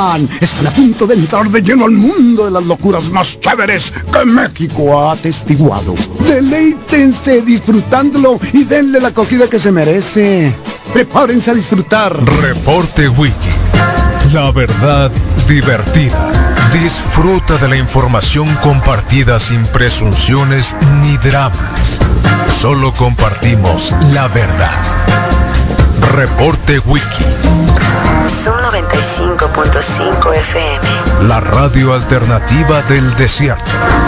están a punto de entrar de lleno al mundo de las locuras más chéveres que México ha atestiguado. Deleítense disfrutándolo y denle la acogida que se merece. Prepárense a disfrutar. Reporte Wiki. La verdad divertida. Disfruta de la información compartida sin presunciones ni dramas. Solo compartimos la verdad. Reporte Wiki. Son 95.5 FM. La radio alternativa del desierto.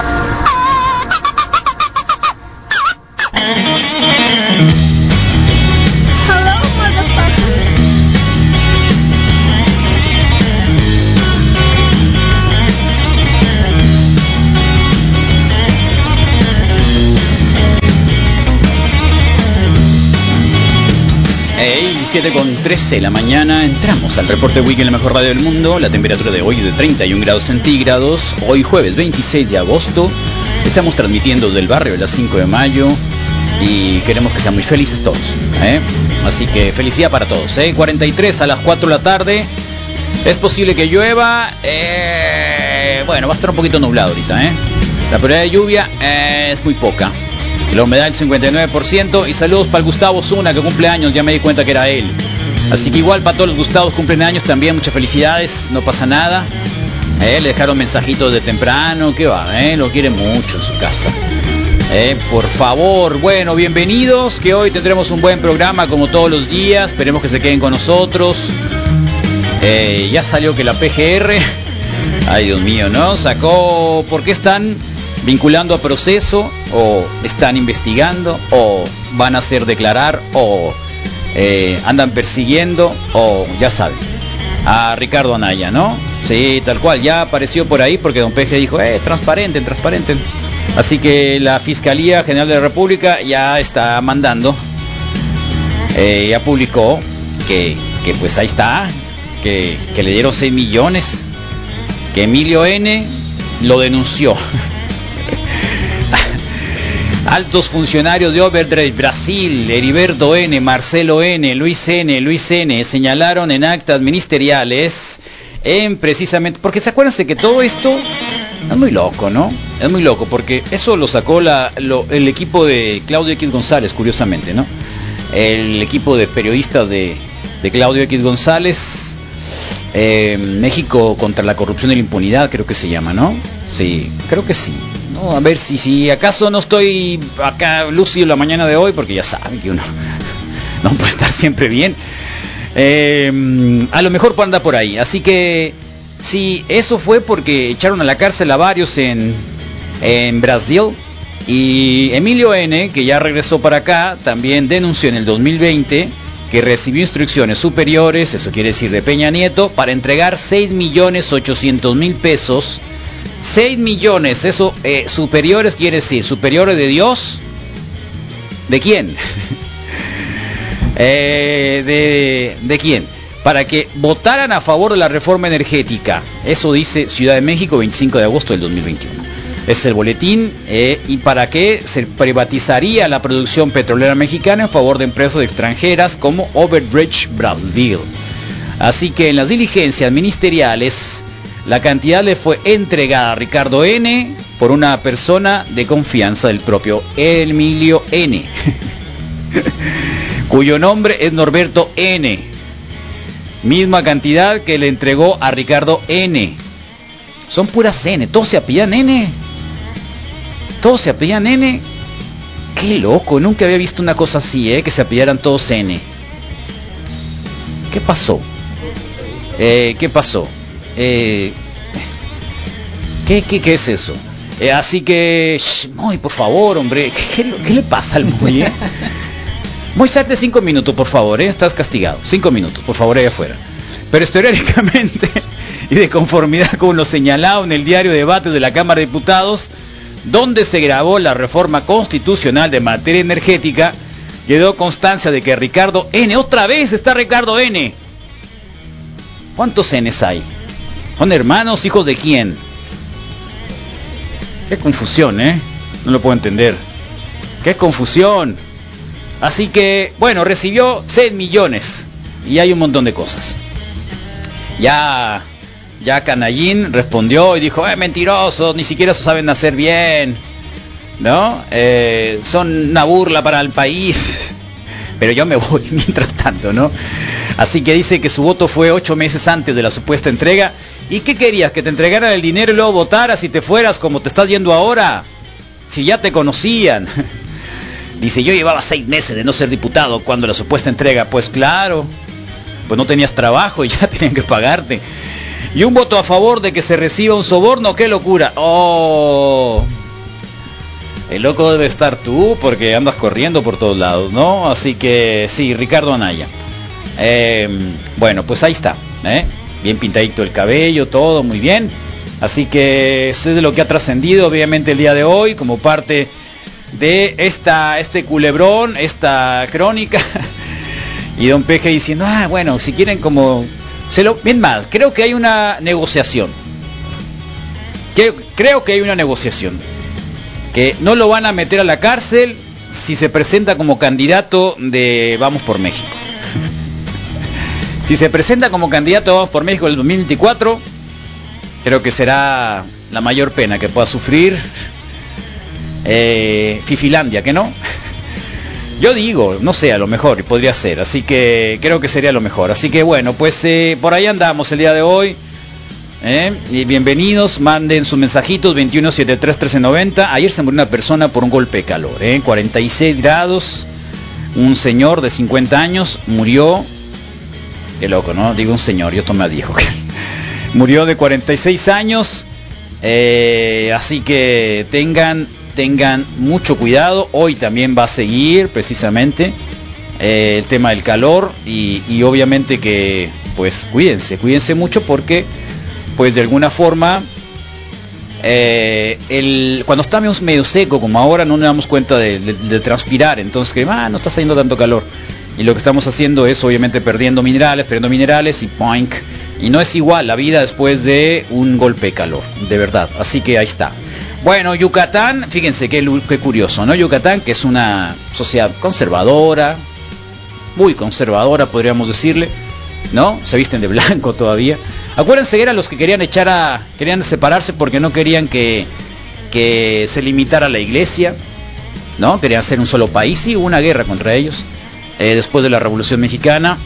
Hey, 7:13 de la mañana, entramos al Reporte Wiki en la mejor radio del mundo. La temperatura de hoy es de 31 grados centígrados. Hoy jueves 26 de agosto. Estamos transmitiendo desde el barrio de las 5 de mayo y queremos que sean muy felices todos, Así que felicidad para todos, 43 a las 4 de la tarde. Es posible que llueva. Bueno, va a estar un poquito nublado ahorita, La probabilidad de lluvia es muy poca. La humedad del 59%. Y saludos para el Gustavo Zuna, que cumple años. Ya me di cuenta que era él. Así que igual para todos los Gustavos cumplen años también. Muchas felicidades. No pasa nada. Le dejaron mensajitos de temprano. ¿Qué va? Lo quiere mucho en su casa. Por favor. Bueno, bienvenidos. Que hoy tendremos un buen programa como todos los días. Esperemos que se queden con nosotros. Ya salió que la PGR... Ay, Dios mío, ¿no? Sacó... ¿Por qué están vinculando a proceso, o están investigando, o van a hacer declarar, o andan persiguiendo, o ya saben, a Ricardo Anaya, ¿no? Sí, tal cual, ya apareció por ahí porque don Peje dijo, transparenten. Así que la Fiscalía General de la República ya está mandando, ya publicó que pues ahí está, que le dieron 6 millones, que Emilio N. lo denunció. Altos funcionarios de Overdrive Brasil, Heriberto N., Marcelo N., Luis N. señalaron en actas ministeriales precisamente, porque se acuérdense que todo esto es muy loco, ¿no? Es muy loco, porque eso lo sacó el equipo de Claudio X González, curiosamente, ¿no? El equipo de periodistas de Claudio X González, México contra la corrupción y la impunidad, creo que se llama, ¿no? Sí, creo que sí. No, a ver si acaso no estoy acá lúcido la mañana de hoy, porque ya saben que uno no puede estar siempre bien. A lo mejor puede andar por ahí. Así que sí, eso fue porque echaron a la cárcel a varios en Brasil. Y Emilio N., que ya regresó para acá, también denunció en el 2020 que recibió instrucciones superiores, eso quiere decir de Peña Nieto, para entregar 6.800.000 pesos. 6 millones, eso, superiores quiere decir, superiores de Dios. ¿De quién? ¿De quién? Para que votaran a favor de la reforma energética. Eso dice Ciudad de México, 25 de agosto del 2021. Es el boletín. Y para que se privatizaría la producción petrolera mexicana en favor de empresas extranjeras como Overdrive Brasil. Así que en las diligencias ministeriales, la cantidad le fue entregada a Ricardo N. por una persona de confianza del propio Emilio N., cuyo nombre es Norberto N. Misma cantidad que le entregó a Ricardo N. Son puras N, todos se apellidan N. Todos se apellidan N. Qué loco, nunca había visto una cosa así, que se apellidaran todos N. ¿Qué pasó? ¿Qué pasó? ¿Qué es eso? Así que, Moy, por favor, hombre, ¿qué le pasa al Moy? Moy, salte 5 minutos, por favor, estás castigado. 5 minutos, por favor, allá afuera. Pero teóricamente, y de conformidad con lo señalado en el diario de debates de la Cámara de Diputados, donde se grabó la reforma constitucional de materia energética, quedó constancia de que Ricardo N., otra vez está Ricardo N. ¿Cuántos N's hay? ¿Son hermanos, hijos de quién? Qué confusión, no lo puedo entender. Qué confusión. Así que, bueno, recibió 6 millones. Y hay un montón de cosas. Ya ya Canallín respondió y dijo, mentirosos, ni siquiera saben hacer bien, ¿no? Son una burla para el país. Pero yo me voy mientras tanto, ¿no? Así que dice que su voto fue 8 meses antes de la supuesta entrega. ¿Y qué querías? ¿Que te entregaran el dinero y luego votaras y te fueras como te estás yendo ahora? Si ya te conocían. Dice, yo llevaba 6 meses de no ser diputado cuando la supuesta entrega. Pues claro, pues no tenías trabajo y ya tenían que pagarte. Y un voto a favor de que se reciba un soborno, ¡qué locura! ¡Oh! El loco debe estar tú, porque andas corriendo por todos lados, ¿no? Así que sí, Ricardo Anaya. Bueno, pues ahí está, bien pintadito el cabello, todo muy bien. Así que eso es de lo que ha trascendido, obviamente, el día de hoy, como parte de este culebrón, esta crónica. Y don Peje diciendo, bueno, si quieren como... Bien más, creo que hay una negociación. Creo que hay una negociación. Que no lo van a meter a la cárcel si se presenta como candidato de Vamos por México. Si se presenta como candidato de Vamos por México en el 2024, creo que será la mayor pena que pueda sufrir Fifilandia, ¿que no? Yo digo, no sé, a lo mejor podría ser, así que creo que sería lo mejor. Así que bueno, pues por ahí andamos el día de hoy. Y bienvenidos, manden sus mensajitos 2173-1390. Ayer se murió una persona por un golpe de calor, 46 grados. Un señor de 50 años murió. Qué loco, ¿no? Digo un señor, y esto me dijo. Murió de 46 años. Así que tengan mucho cuidado. Hoy también va a seguir precisamente el tema del calor. Y obviamente que pues cuídense mucho, porque pues de alguna forma cuando está medio seco como ahora no nos damos cuenta de transpirar, entonces que no está saliendo tanto calor, y lo que estamos haciendo es obviamente perdiendo minerales y poink, y no es igual la vida después de un golpe de calor, de verdad. Así que ahí está. Bueno, Yucatán, fíjense qué curioso, ¿no? Yucatán, que es una sociedad conservadora, muy conservadora podríamos decirle, ¿no? Se visten de blanco todavía. Acuérdense que eran los que querían separarse porque no querían que se limitara la iglesia, ¿no? Querían ser un solo país, y hubo una guerra contra ellos después de la Revolución Mexicana,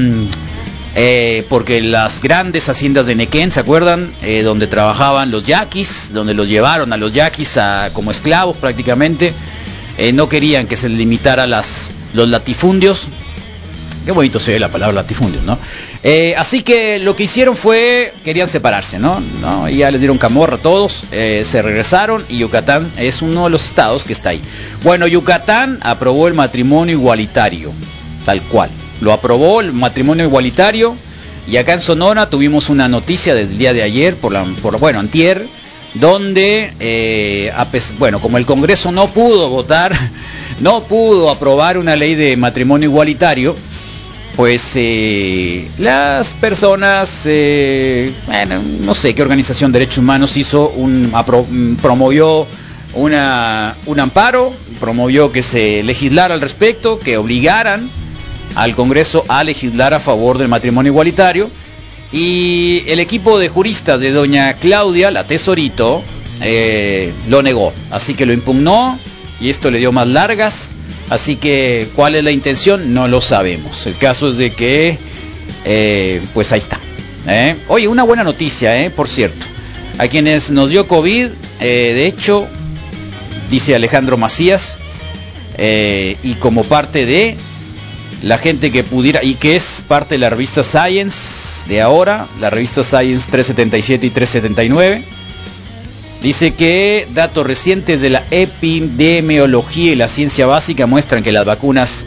porque las grandes haciendas de Nequén, ¿se acuerdan? Donde trabajaban los yaquis, donde los llevaron a los yaquis como esclavos prácticamente, no querían que se limitara los latifundios. Qué bonito se ve la palabra latifundios, ¿no? Así que lo que hicieron querían separarse, ¿no? Y ya les dieron camorra a todos, se regresaron, y Yucatán es uno de los estados que está ahí. Bueno, Yucatán aprobó el matrimonio igualitario, tal cual. Lo aprobó el matrimonio igualitario, y acá en Sonora tuvimos una noticia desde el día de ayer, antier, donde, como el Congreso no pudo votar, no pudo aprobar una ley de matrimonio igualitario, pues las personas, no sé qué organización de derechos humanos promovió un amparo, promovió que se legislara al respecto, que obligaran al Congreso a legislar a favor del matrimonio igualitario, y el equipo de juristas de doña Claudia, la Tesorito, lo negó, así que lo impugnó, y esto le dio más largas. Así que, ¿cuál es la intención? No lo sabemos. El caso es de que, pues ahí está. Oye, una buena noticia, por cierto. A quienes nos dio COVID, de hecho, dice Alejandro Macías, y como parte de la gente que pudiera, y que es parte de la revista Science de ahora, la revista Science 377 y 379, dice que datos recientes de la epidemiología y la ciencia básica muestran que las vacunas,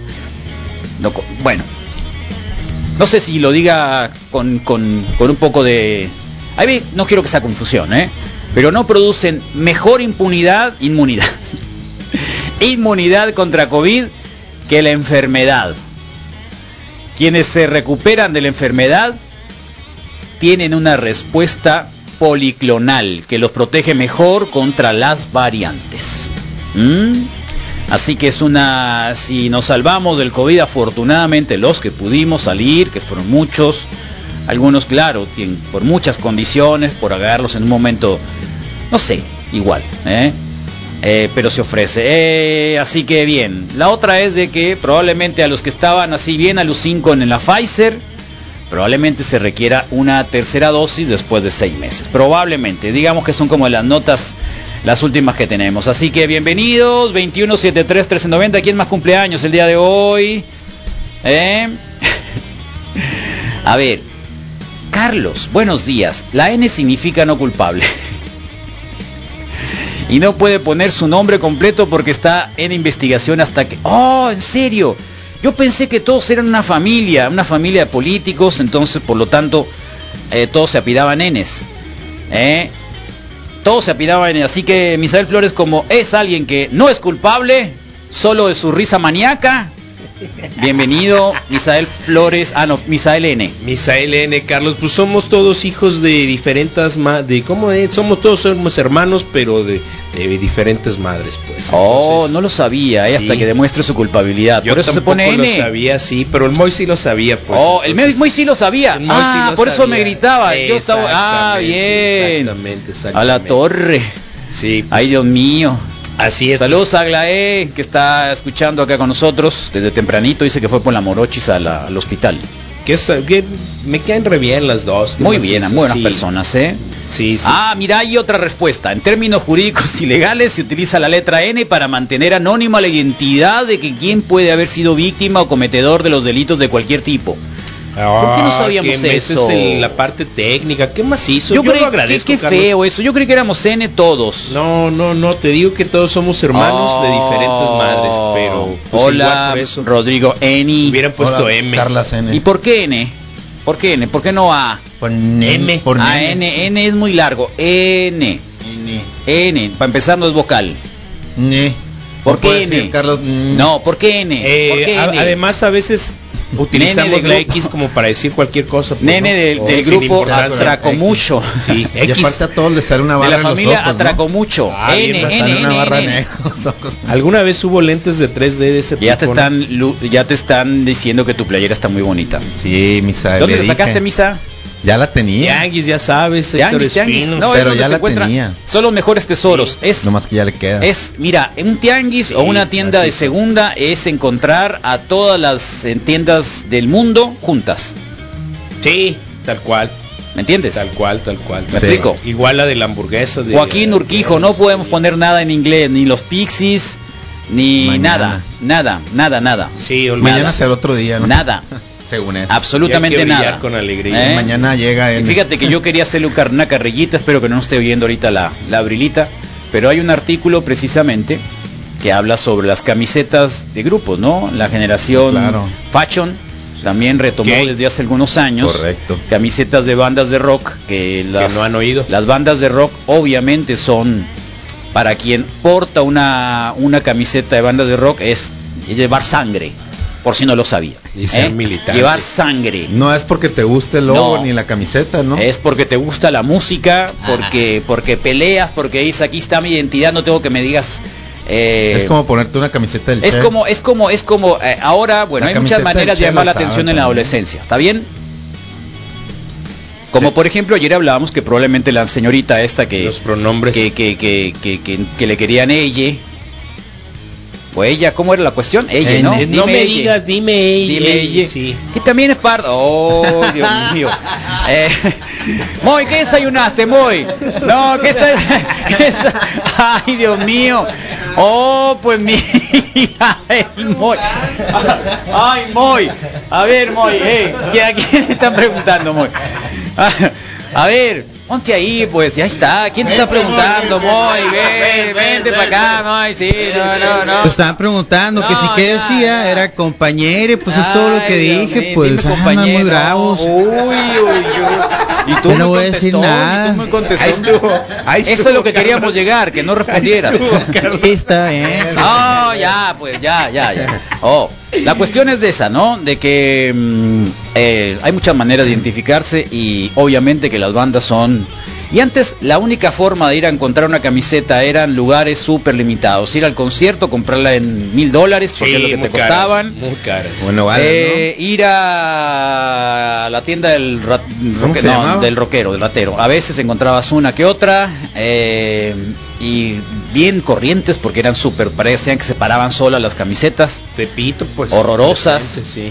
no sé si lo diga con un poco de... Ahí no quiero que sea confusión, pero no producen mejor inmunidad contra COVID que la enfermedad. Quienes se recuperan de la enfermedad tienen una respuesta policlonal que los protege mejor contra las variantes. Así que si nos salvamos del COVID, afortunadamente los que pudimos salir, que fueron muchos, Algunos, claro, tienen por muchas condiciones, por agarrarlos en un momento, no sé, igual, pero se ofrece. Así que bien. La otra es de que probablemente a los que estaban así bien alucincan en la Pfizer, probablemente se requiera una tercera dosis después de 6 meses. Probablemente, digamos que son como las notas, las últimas que tenemos. Así que bienvenidos, 2173-1390. ¿Quién más cumpleaños el día de hoy? A ver, Carlos, buenos días. La N significa no culpable. Y no puede poner su nombre completo porque está en investigación hasta que... ¡Oh, en serio! Yo pensé que todos eran una familia de políticos, entonces por lo tanto todos se apidaban Ns. Todos se apidaban Ns. Así que Misael Flores, como es alguien que no es culpable, solo de su risa maníaca. Bienvenido, Misael Flores. Misael N. Misael N, Carlos, pues somos todos hijos de diferentes somos hermanos, pero de diferentes madres, pues. Entonces, no lo sabía, sí. Hasta que demuestre su culpabilidad. Yo por eso se pone N. Lo sabía, sí, pero el Moy sí lo sabía, pues. El Moy sí lo sabía. Por eso me gritaba. Yo estaba. Bien. Exactamente. A la torre. Sí. Ay, Dios mío. Así es. Saludos a Aglaé, que está escuchando acá con nosotros desde tempranito. Dice que fue por la morochis al hospital. Que me quedan re bien las dos. Muy bien, buenas personas, Sí. Mira, hay otra respuesta. En términos jurídicos y legales se utiliza la letra N para mantener anónima la identidad de que quien puede haber sido víctima o cometedor de los delitos de cualquier tipo. ¿Por qué no sabíamos eso? La parte técnica, ¿qué más hizo? Yo lo agradezco, qué feo eso. Yo creí que éramos N todos. No, te digo que todos somos hermanos de diferentes madres, pero pues hola, por eso Rodrigo N. Hubieran puesto M. Carlas N. ¿Y por qué N? ¿Por qué N? ¿Por qué no A? Por M. Por N es muy largo. N. Para empezar no es vocal. ¿Por qué N? Carlos, no, ¿por qué N? ¿Por qué N? Además a veces utilizamos la X como para decir cualquier cosa. Pues, Nene del grupo Atracomucho. Sí, X. Y aparte a todos les sale una barra de la familia Atracomucho. N. ¿Alguna vez hubo lentes de 3D de ese tipo? Ya te están diciendo que tu playera está muy bonita. Sí, Misa. ¿Dónde la sacaste, Misa? Ya la tenía. Tianguis, ya sabes, Tianguis. No, pero ya la tenía. Son los mejores tesoros. Sí. No más que ya le queda. Mira, en un tianguis o una tienda de segunda es encontrar a todas las tiendas del mundo juntas. Sí, tal cual. ¿Me entiendes? Tal cual. ¿Me explico? Igual la de la hamburguesa. Joaquín Urquijo, no podemos poner nada en inglés, ni los Pixies, ni nada. Sí, mañana será otro día, ¿no? Nada. Según eso. absolutamente nada. Con alegría. Mañana llega y fíjate que yo quería hacerle una carrillita, espero que no esté oyendo ahorita la Abrilita, pero hay un artículo precisamente que habla sobre las camisetas de grupos, ¿no? La generación Fashion también retomó desde hace algunos años. Correcto. Camisetas de bandas de rock que no han oído. Las bandas de rock obviamente son, para quien porta una camiseta de bandas de rock, es llevar sangre. Por si no lo sabía. Y ser militante. Llevar sangre. No es porque te guste el logo ni la camiseta, ¿no? Es porque te gusta la música, porque peleas, porque dices, aquí está mi identidad, no tengo que me digas... es como ponerte una camiseta del es como ahora, bueno, hay muchas maneras de llamar la atención en la adolescencia, ¿está bien? Como por ejemplo, ayer hablábamos que probablemente la señorita esta que... Los pronombres. Que le querían ella... O ella, ¿cómo era la cuestión? Ella, ¿no? No me digas, dime ella. Sí. Que también es parte. Oh, Dios mío. Moy, ¿qué desayunaste, Moy? No, ¿qué está? Ay, Dios mío. Oh, pues mira, el Moy. Ay, Moy. A ver, Moy, ¿a quién le están preguntando, Moy? A ver, ponte ahí, pues, ya está. ¿Quién te está preguntando, Moy? Vente para acá, Moy. Sí, no. Te estaban preguntando que si qué decía, era compañero, pues es todo lo que dije, pues, muy bravos. Uy. Y tú no voy a decir nada. Y tú me contestó. Eso es lo que queríamos llegar, que no respondieras. Está bien. No, ya, pues, ya. La cuestión es de esa, ¿no? De que hay muchas maneras de identificarse y obviamente que las bandas son... Y antes la única forma de ir a encontrar una camiseta eran lugares súper limitados. Ir al concierto, comprarla en $1,000 porque es lo que te costaban. Muy caras. Bueno, vale, ¿no? Ir a la tienda del del rockero, del ratero. A veces encontrabas una que otra y bien corrientes porque eran súper, parecían que se paraban solas las camisetas. Tepito, pues. Horrorosas. Sí.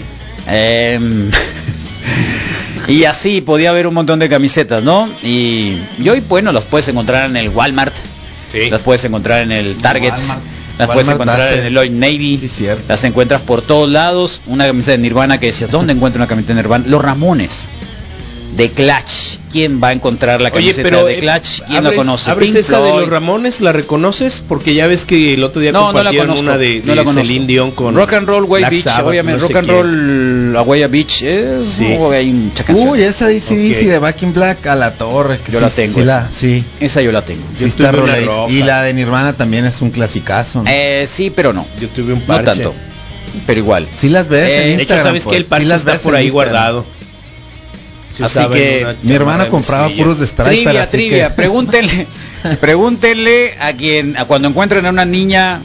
Y así podía haber un montón de camisetas, ¿no? Y hoy, bueno, las puedes encontrar en el Walmart, las puedes encontrar en el Target, las puedes encontrar en el Old Navy, las encuentras por todos lados. Una camiseta de Nirvana que decías, ¿dónde encuentro una camiseta de Nirvana? Los Ramones, de Clutch. ¿Quién va a encontrar la camiseta de Clutch? ¿Quién la conoce? ¿Abres esa de los Ramones? ¿La reconoces? Porque ya ves que el otro día compartieron una de Celine Dion con Rock and Roll Way Beach, obviamente. Rock and Roll Away Beach es hay mucha canción. Uy, esa DC de Back in Black a la torre. Yo la tengo. Esa yo la tengo. Y la de Nirvana también es un clasicazo, ¿no? Sí, pero no. Yo tuve un parche. No tanto, pero igual. Sí las ves en Instagram. De hecho, sabes que el parche está por ahí guardado. Así que mi hermana compraba puros de Striper. Trivia. Pregúntenle a cuando encuentren a una niña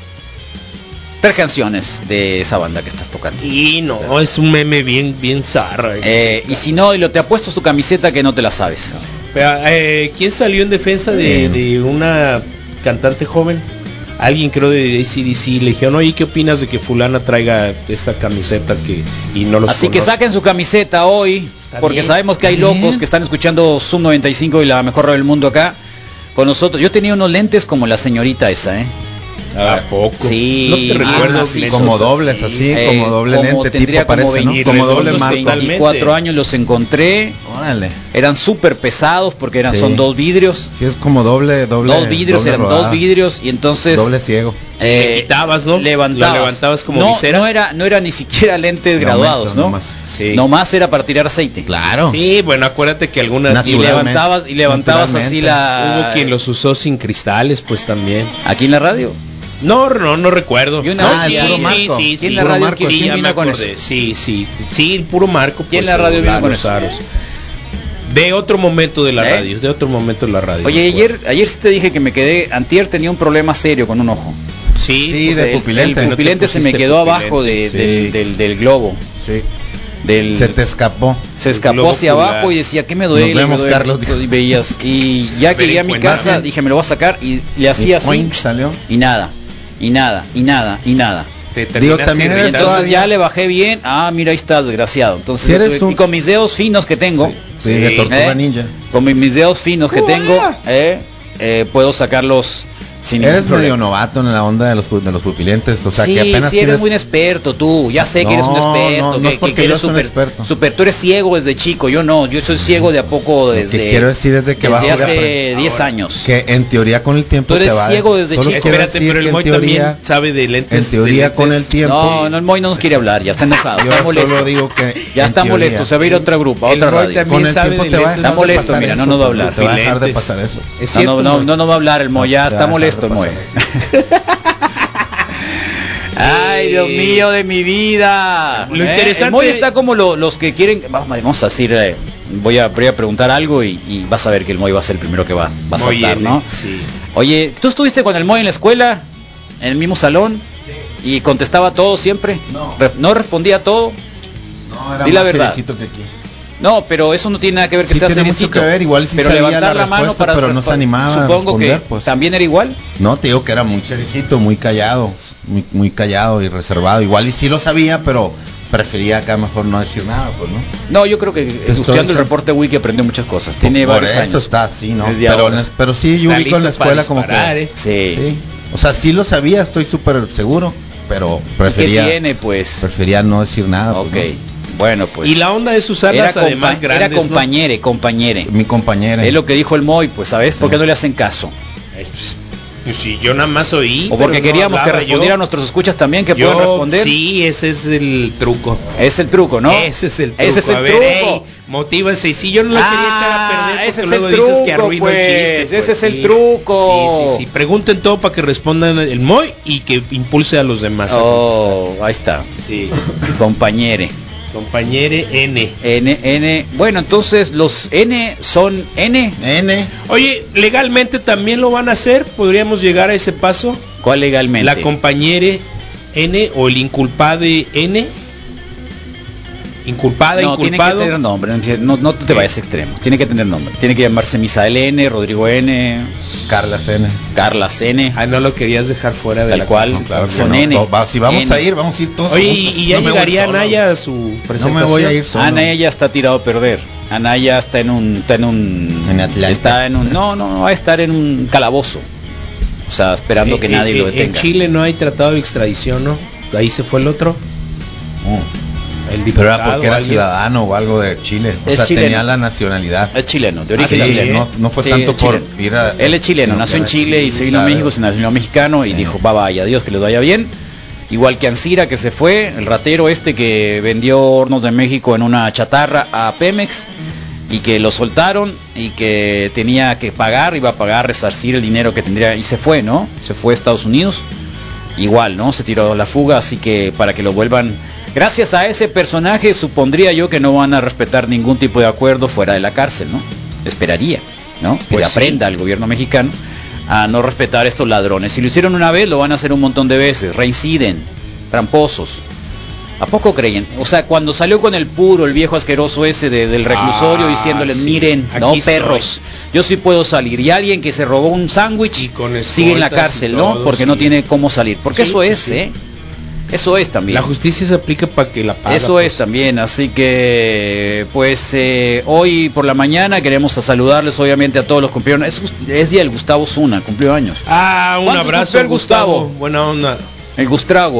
3 canciones de esa banda que estás tocando. Y no, es un meme bien zarra. Y si no, te apuesto tu camiseta que no te la sabes. Pero, ¿quién salió en defensa de una cantante joven? Alguien, creo, de AC/DC le dijeron, oye, ¿qué opinas de que fulana traiga esta camiseta y no los Así conoce? Que saquen su camiseta hoy, porque sabemos que hay locos que están escuchando Zoom 95 y la mejor radio del mundo acá con nosotros. Yo tenía unos lentes como la señorita esa, ¿A poco? Sí. No te recuerdo. Como dobles, así, como doble lente, tipo parece, ¿no? Como doble marco. 24 años los encontré. Órale. Eran súper pesados porque son 2 vidrios. Sí, es como doble. 2 vidrios, eran rodada. 2 vidrios y entonces... Doble ciego. Le quitabas, ¿no? Levantabas como visera. No era ni siquiera lentes graduados, ¿no? Nomás era para tirar aceite. Claro. Sí, bueno, acuérdate que algunas... Y levantabas así la... Hubo quien los usó sin cristales, pues también. ¿Aquí en la radio? No recuerdo. Sí, en la radio ¿quién vino con eso? Sí, puro Marco. ¿Quién en la radio vino con eso? De otro momento de la radio, Oye, ayer sí te dije que me quedé, antier tenía un problema serio con un ojo. Sí, de pupilente. El pupilente se me quedó abajo del globo. Sí. Se te escapó. Se escapó hacia abajo y decía, ¿qué me duele? Nos vemos, Carlos. Y veías. Y ya que llegué a mi casa, dije, me lo voy a sacar y le hacía así. Salió. Y nada. Digo, también entonces ya le bajé bien. Mira, ahí está, desgraciado. Entonces, y con mis dedos finos que tengo, de tortuga ninja. Con mis dedos finos que tengo, puedo sacarlos sin Eres medio novato en la onda de los pupilentes, o sea, que apenas eres muy experto tú, ya sé que eres un experto, no es porque que eres experto. Tú eres ciego desde chico, yo soy ciego de a poco desde... Lo que quiero decir es de que desde hace 10 años. Que en teoría con el tiempo tú eres ciego desde chico. Espérate, pero el Moy también sabe de lentes. En teoría con el tiempo. No, el Moy no nos quiere hablar, ya está enojado, está molesto. Solo digo que ya está molesto, se va a ir a otro grupo, a otra radio. Con el tiempo te va a está molesto, mira, no nos va a hablar. Te va a dejar de pasar eso. No nos va a hablar el Moy, ya está molesto el Moy. Ay, Dios mío de mi vida. Lo interesante... El Moy está como los que quieren... Vamos a decir, voy a preguntar algo y vas a ver que el Moy va a ser el primero que va a saltar, ¿no? Sí. Oye, ¿tú estuviste con el Moy en la escuela? ¿En el mismo salón? Sí. ¿Y contestaba todo siempre? No. ¿No respondía todo? No, era más seriecito que aquí. No, pero eso no tiene nada que ver que sea seriecito. Mucho que ver, igual pero levantar la mano para pero no se animaba supongo a responder, que pues. ¿También era igual? No, te digo que era muy seriecito, muy callado, muy callado y reservado. Igual y sí lo sabía, pero prefería acá mejor no decir nada, pues, ¿no? No, yo creo que estudiando el reporte Wiki aprendió muchas cosas. Tiene varios años. Eso está, sí, ¿no? Pero sí, yo ubico en la escuela como que... Sí. O sea, sí lo sabía, estoy súper seguro, pero prefería... ¿Qué tiene, pues? Prefería no decir nada. Ok. Pues, ¿no? Bueno, pues. Y la onda es usarlas además grandes. Era compañere. Mi compañera. Es lo que dijo el Moy, pues, ¿sabes? ¿Por qué no le hacen caso? Pues si yo nada más oí. O porque queríamos que respondiera a nuestros escuchas también, que puedan responder. Sí, ese es el truco. Es el truco, ¿no? Ese es el truco. Ese es el truco. Motívese. Y si yo no le quería echar a perder, ese es luego el truco, dices que arruino pues, el chiste. Pues, ese es el truco. Sí. Pregunten todo para que respondan el Moy y que impulse a los demás. Ahí está. Sí. Compañere N. Bueno, entonces los N son N. Oye, legalmente también lo van a hacer. ¿Podríamos llegar a ese paso? ¿Cuál legalmente? La compañere N o el inculpade N. Inculpada, no, inculpado. Tiene que tener nombre, no te vayas a extremos. Tiene que tener nombre. Tiene que llamarse Misael N, Rodrigo N, Carla N. No lo querías dejar fuera de tal la cual. No, claro son no. N. Si vamos N. a ir, vamos a ir todos. Oye, juntos. y ya No llegaría Anaya a su presentación. No me voy a ir solo. Anaya ya está tirado a perder. Anaya está en Atlanta. está en un no va a estar en un calabozo. O sea, esperando que nadie lo detenga. En Chile no hay tratado de extradición, ¿no? Ahí se fue el otro. El Pero diputado, era porque era alguien. ciudadano o algo de Chile. O Es sea, chileno. tenía la nacionalidad. Es chileno, de origen Sí, chileno. no fue Sí, tanto es por chileno. ir a... Él es chileno, sino nació que en era Chile y se vino a claro. México, se nacionalizó mexicano y Sí. dijo, bye, adiós, que les vaya bien. Igual que Ancira, que se fue, el ratero este que vendió hornos de México en una chatarra a Pemex y que lo soltaron y que tenía que pagar, iba a pagar, resarcir el dinero que tendría y se fue, ¿no? Se fue a Estados Unidos. Igual, ¿no? Se tiró a la fuga, así que para que lo vuelvan... Gracias a ese personaje supondría yo que no van a respetar ningún tipo de acuerdo fuera de la cárcel, ¿no? Esperaría, ¿no? Que Pues aprenda al gobierno mexicano a no respetar a estos ladrones. Si lo hicieron una vez, lo van a hacer un montón de veces. Reinciden, tramposos. ¿A poco creen? O sea, cuando salió con el puro, el viejo asqueroso ese del reclusorio diciéndoles, sí. miren, Aquí no estoy. Perros, yo sí puedo salir. Y alguien que se robó un sándwich Y con sigue en la escoltas cárcel, y ¿no? todo, Porque sí. no tiene cómo salir. Porque Sí, eso es, sí. Eso es también. La justicia se aplica para que la pague. Eso es también, así que pues hoy por la mañana queremos saludarles obviamente a todos los cumpleaños. Es día del Gustavo Zuna, cumplió años. Ah, un ¿Cuántos abrazo cumplió el Gustavo? Buena onda. El Gustrago.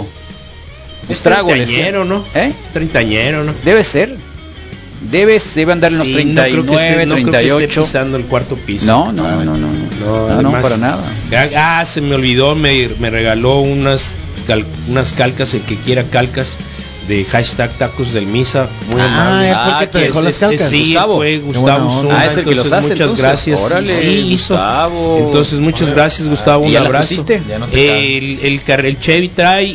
Es Gustrago le decía. treintañero, ¿no? ¿Eh? Es treintañero, ¿no? Debe ser. Debe andar en los Sí, 39, no creo que esté 38. pisando el cuarto piso. No, No, no, además, para nada. Se me olvidó, me regaló unas calcas, el que quiera calcas de hashtag tacos del Misa, muy amable. él fue el que te dejó las calcas. Sí, Gustavo. fue Qué buena Gustavo onda. Zuna. Es el que los hace, muchas entonces. gracias. Órale, Sí, hizo. Gustavo. Entonces muchas gracias, Gustavo, ¿Y un ya la abrazo. pusiste? Ya no te El Chevy trae,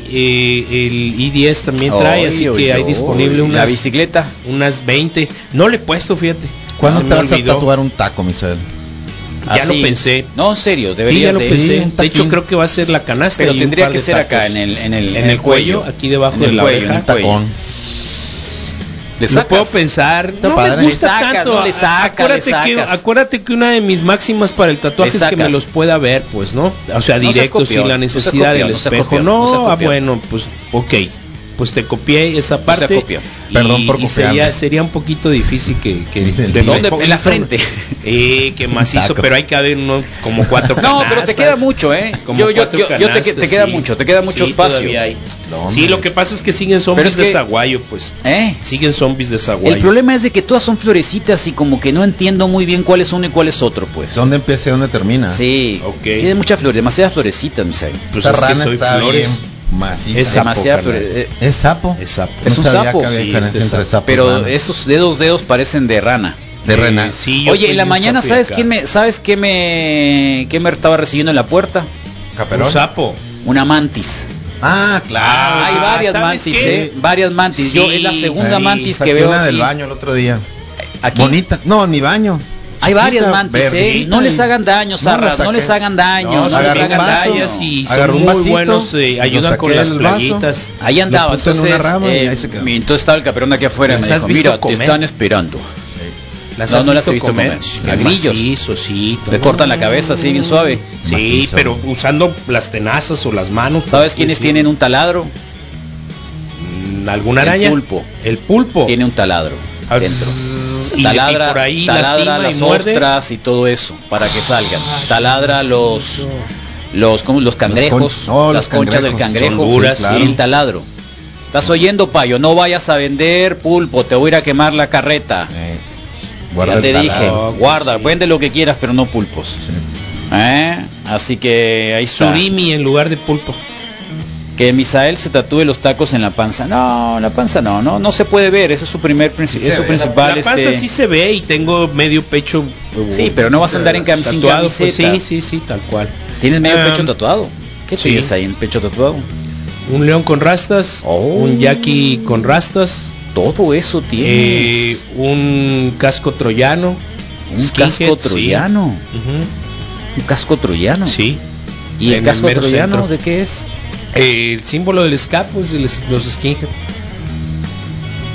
el i10 también trae, así que hay disponible la bicicleta. unas 20. No le he puesto, fíjate. ¿Cuándo Se te me vas olvidó. a tatuar un taco, Misael? Ya lo pensé. No, en serio, Sí, debería ya lo de. pensé. un De hecho, taquín. creo que va a ser la canasta. Pero y un tendría par que de ser acá tacos. en el cuello, aquí debajo En de el la cuello, oreja. en el cuello. Tacón. Le Lo sacas. puedo pensar. Está no padre. me gusta Le sacas, tanto. no, le sacas, Acuérdate que una de mis máximas para el tatuaje Le es que me sacas. los pueda ver, pues, ¿no? O sea, No seas directo, copión, sin la no seas necesidad copión, del no seas espejo. copión, no seas copión. Bueno, pues, ok. Pues te copié esa seas parte. copión. Perdón por y copiarme. sería un poquito difícil que Dice el de tío. ¿Dónde? poquito- En la frente. Que macizo, taco. pero hay que haber uno como 4 No, canastas. pero te queda mucho, ¿eh? Como Yo cuatro te canastas, queda sí. mucho, te queda mucho Sí, espacio. todavía hay. ¿Dónde? Sí, lo que pasa es que siguen Pero zombies es que- de Zaguayo, pues. Siguen zombies de Zaguayo. El problema es de que todas son florecitas y como que no entiendo muy bien cuál es uno y cuál es otro, pues. ¿Dónde empieza y dónde termina? Sí, Ok. tiene muchas flores, demasiadas florecitas, mi Sai. Pues Esta es que rana soy está Flores. bien maciza. Es sapo, demasiada carnal. ¿Es sapo? Es sapo. Es un sabía sapo. que había Sí, diferencia este entre sapo. sapo y Pero rana. esos dedos parecen de rana. De rana. Sí, yo Oye, soy en la un mañana, sapo y ¿sabes acá. qué me estaba recibiendo en la puerta? Un sapo. Una mantis. Ah, claro. Hay varias ¿sabes mantis, qué? varias mantis. Sí, Yo es la segunda sí. mantis Saqué que veo una aquí. del baño el otro día. Aquí. Bonita. No, ni baño. Hay varias Chiquita, mantis, verdecita No les y- hagan daño, Zarras, la no les saqué. hagan daño, No, no les agarré un hagan vaso, daño. y son agarré un muy vasito, buenos, lo ayudan con saqué las del vaso. plaguitas. Ahí andaba, Lo puse en entonces, una rama y ahí se quedó. entonces estaba el caperón de aquí afuera y ¿Las me has dijo, visto mira, te comer? están esperando. Las No, has no las he visto comer. Qué A grillos. macizo, sí. Le cortan la cabeza así bien suave. Sí, Macizo. pero usando las tenazas o las manos. ¿Sabes por quiénes así tienen un taladro? decirlo. ¿Alguna araña? El pulpo. El pulpo. Tiene un taladro Ah, dentro. y le Taladra, por ahí taladra lastima y las muerde. ostras y todo eso para que salgan. Taladra los cangrejos, los las conchas del cangrejos, cangrejo, son duras, sí, sí. el taladro. ¿Estás oyendo, Payo? No vayas a vender pulpo, te voy a ir a quemar la carreta. Guarda Ya el te dije, taladro. guarda, vende lo que quieras, pero no pulpos. Así que ahí está. Surimi en lugar de pulpo. Que Misael se tatúe los tacos en la panza. No, la panza no se puede ver. Ese es su primer es su principal. La panza sí se ve y tengo medio pecho. Sí, pero no vas a andar sin tatuado, camiseta. pues, sí, tal cual. ¿Tienes medio pecho tatuado? ¿Qué sí. tienes ahí en pecho tatuado? Un león con rastas, Oh. un yaqui con rastas, Todo eso tienes. un casco troyano, Un skinhead, casco sí. troyano. Ujú, Un casco troyano. sí. ¿Y el En casco mero troyano centro. de qué es? El símbolo del ska, pues de los skinhead.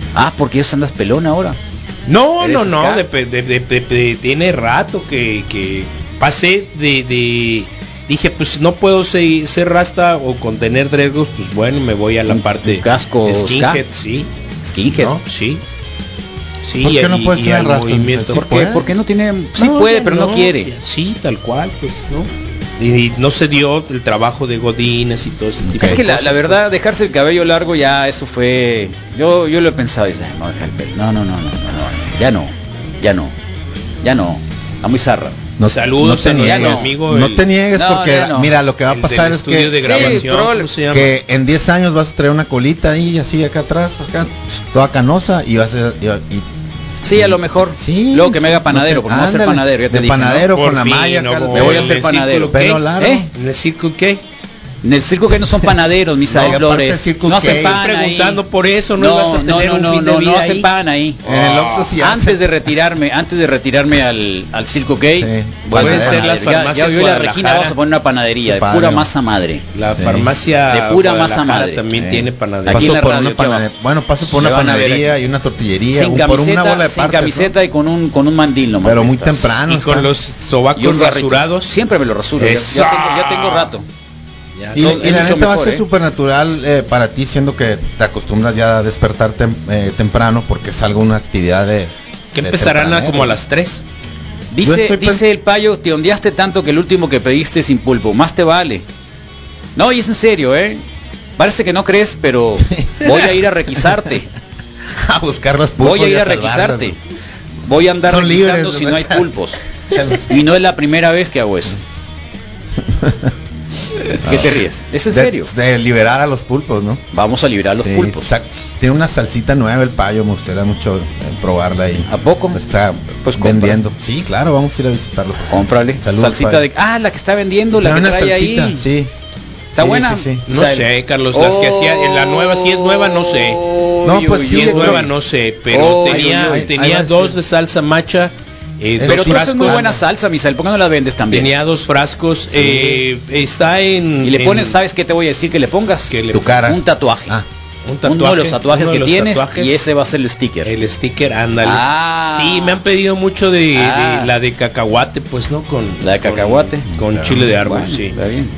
Ah, porque ellos andas pelón ahora. No, ¿Eres ska? tiene rato que pasé de dije, pues no puedo ser rasta o con tener dregos, pues bueno, me voy a la parte un casco skinhead, ska. sí. Skinhead. ¿No? Sí. Sí, ¿Por qué no puedes ser al rasta? movimiento. ¿Sí puedes? Porque no tiene, sí puede, pero no quiere. Sí, tal cual, pues, ¿no? Y no se dio el trabajo de Godínez y todo ese tipo Es de que cosas. la verdad, dejarse el cabello largo ya eso fue. Yo lo he pensado y dice, no, deja el pelo. No, ya no. Está muy zarra. Saludos no a te nuestro niegues, amigo. No te niegues No, porque, ya no. mira, lo que va a el pasar del es estudio de que, grabación, probable- ¿cómo se llama? que en 10 años vas a traer una colita ahí, así acá atrás, acá, toda canosa, y vas a... Sí, a lo mejor. Sí, Luego que me haga sí, panadero, no te- porque me voy a hacer ándale, panadero, ya te de dije, ¿no? panadero Por con la fin, malla no, acá, como Me voy a en hacer el panadero. círculo, ¿qué? pelo largo. ¿En el circo qué? En el circo que no son panaderos, mis No, y aparte Flores. Circle No hacen K. pan ahí. Preguntando por eso, no ibas a tener un fin de no vida hacen ahí. pan ahí. En el Oxxo sí hacen. Antes de retirarme al Circo K, Sí. voy a Pueden hacer ser las panadero. farmacias Ya vi la Guadalajara. Regina, vamos a poner una panadería de Qué pura padre. masa madre. La Sí. farmacia De pura masa Guadalajara madre. también tiene panadería. Aquí en la Paso por radio, una ¿qué va? panadería, bueno, paso por una Me van a ver panadería aquí. y una tortillería, Sin por una camiseta, bola de sin partes, camiseta ¿no? y con un mandil nomás. Pero muy Estás. temprano. Y con está. los Y un sobacos garrito. rasurados. Siempre me lo rasuro. Eso. Ya tengo rato. Ya, Y, no, y es la mucho neta va a mejor, ser ¿eh? súper natural para ti, siendo que te acostumbras ya a despertar temprano, porque es algo, una actividad de... Que de empezarán tempranero. como a las 3. Yo estoy Dice el payo, te ondeaste tanto que el último que pediste sin pulpo, más te vale. No, y es en serio, parece que no crees, pero voy a ir a requisarte. A buscar los pulpos. Voy a y ir a salvarlos. requisarte. Voy a andar Son requisando libres, si ¿no? no hay pulpos. Échalos. Y no es la primera vez que hago eso. ¿Qué te ríes? ¿Es en serio? De liberar a los pulpos, ¿no? Vamos a liberar los Sí, pulpos. tiene una salsita nueva el payo, me gustaría mucho probarla ahí. ¿A poco? Está Pues compra. vendiendo. Sí, claro, vamos a ir a visitarlo. por favor. Cómprale. Saludos, Salsita payo. de... Ah, la que está vendiendo, la Trae que una trae salsita, ahí. sí. ¿Está Sí, buena? sí, sí. No sé, Carlos, las que hacía en la nueva, si es nueva, no sé. No, pues Si sí, es creo- nueva, no sé. Pero Uy, tenía, uy, uy. tenía Ahí va, dos sí. de salsa macha. Pero dos tú haces muy frascos. buena salsa, Misael, ¿por qué no la vendes también? Tenía 2 frascos. Está en. Y le pones, en- ¿sabes qué te voy a decir que le pongas? que le- Tu cara. Un tatuaje. Ah, un tatuaje. Uno de los tatuajes uno de que los tienes tatuajes, y ese va a ser el sticker. El sticker, ándale. Ah. Sí, me han pedido mucho de Ah. la de cacahuate, pues, ¿no? Con La de cacahuate. Con chile de árbol, Bueno, sí. está bien.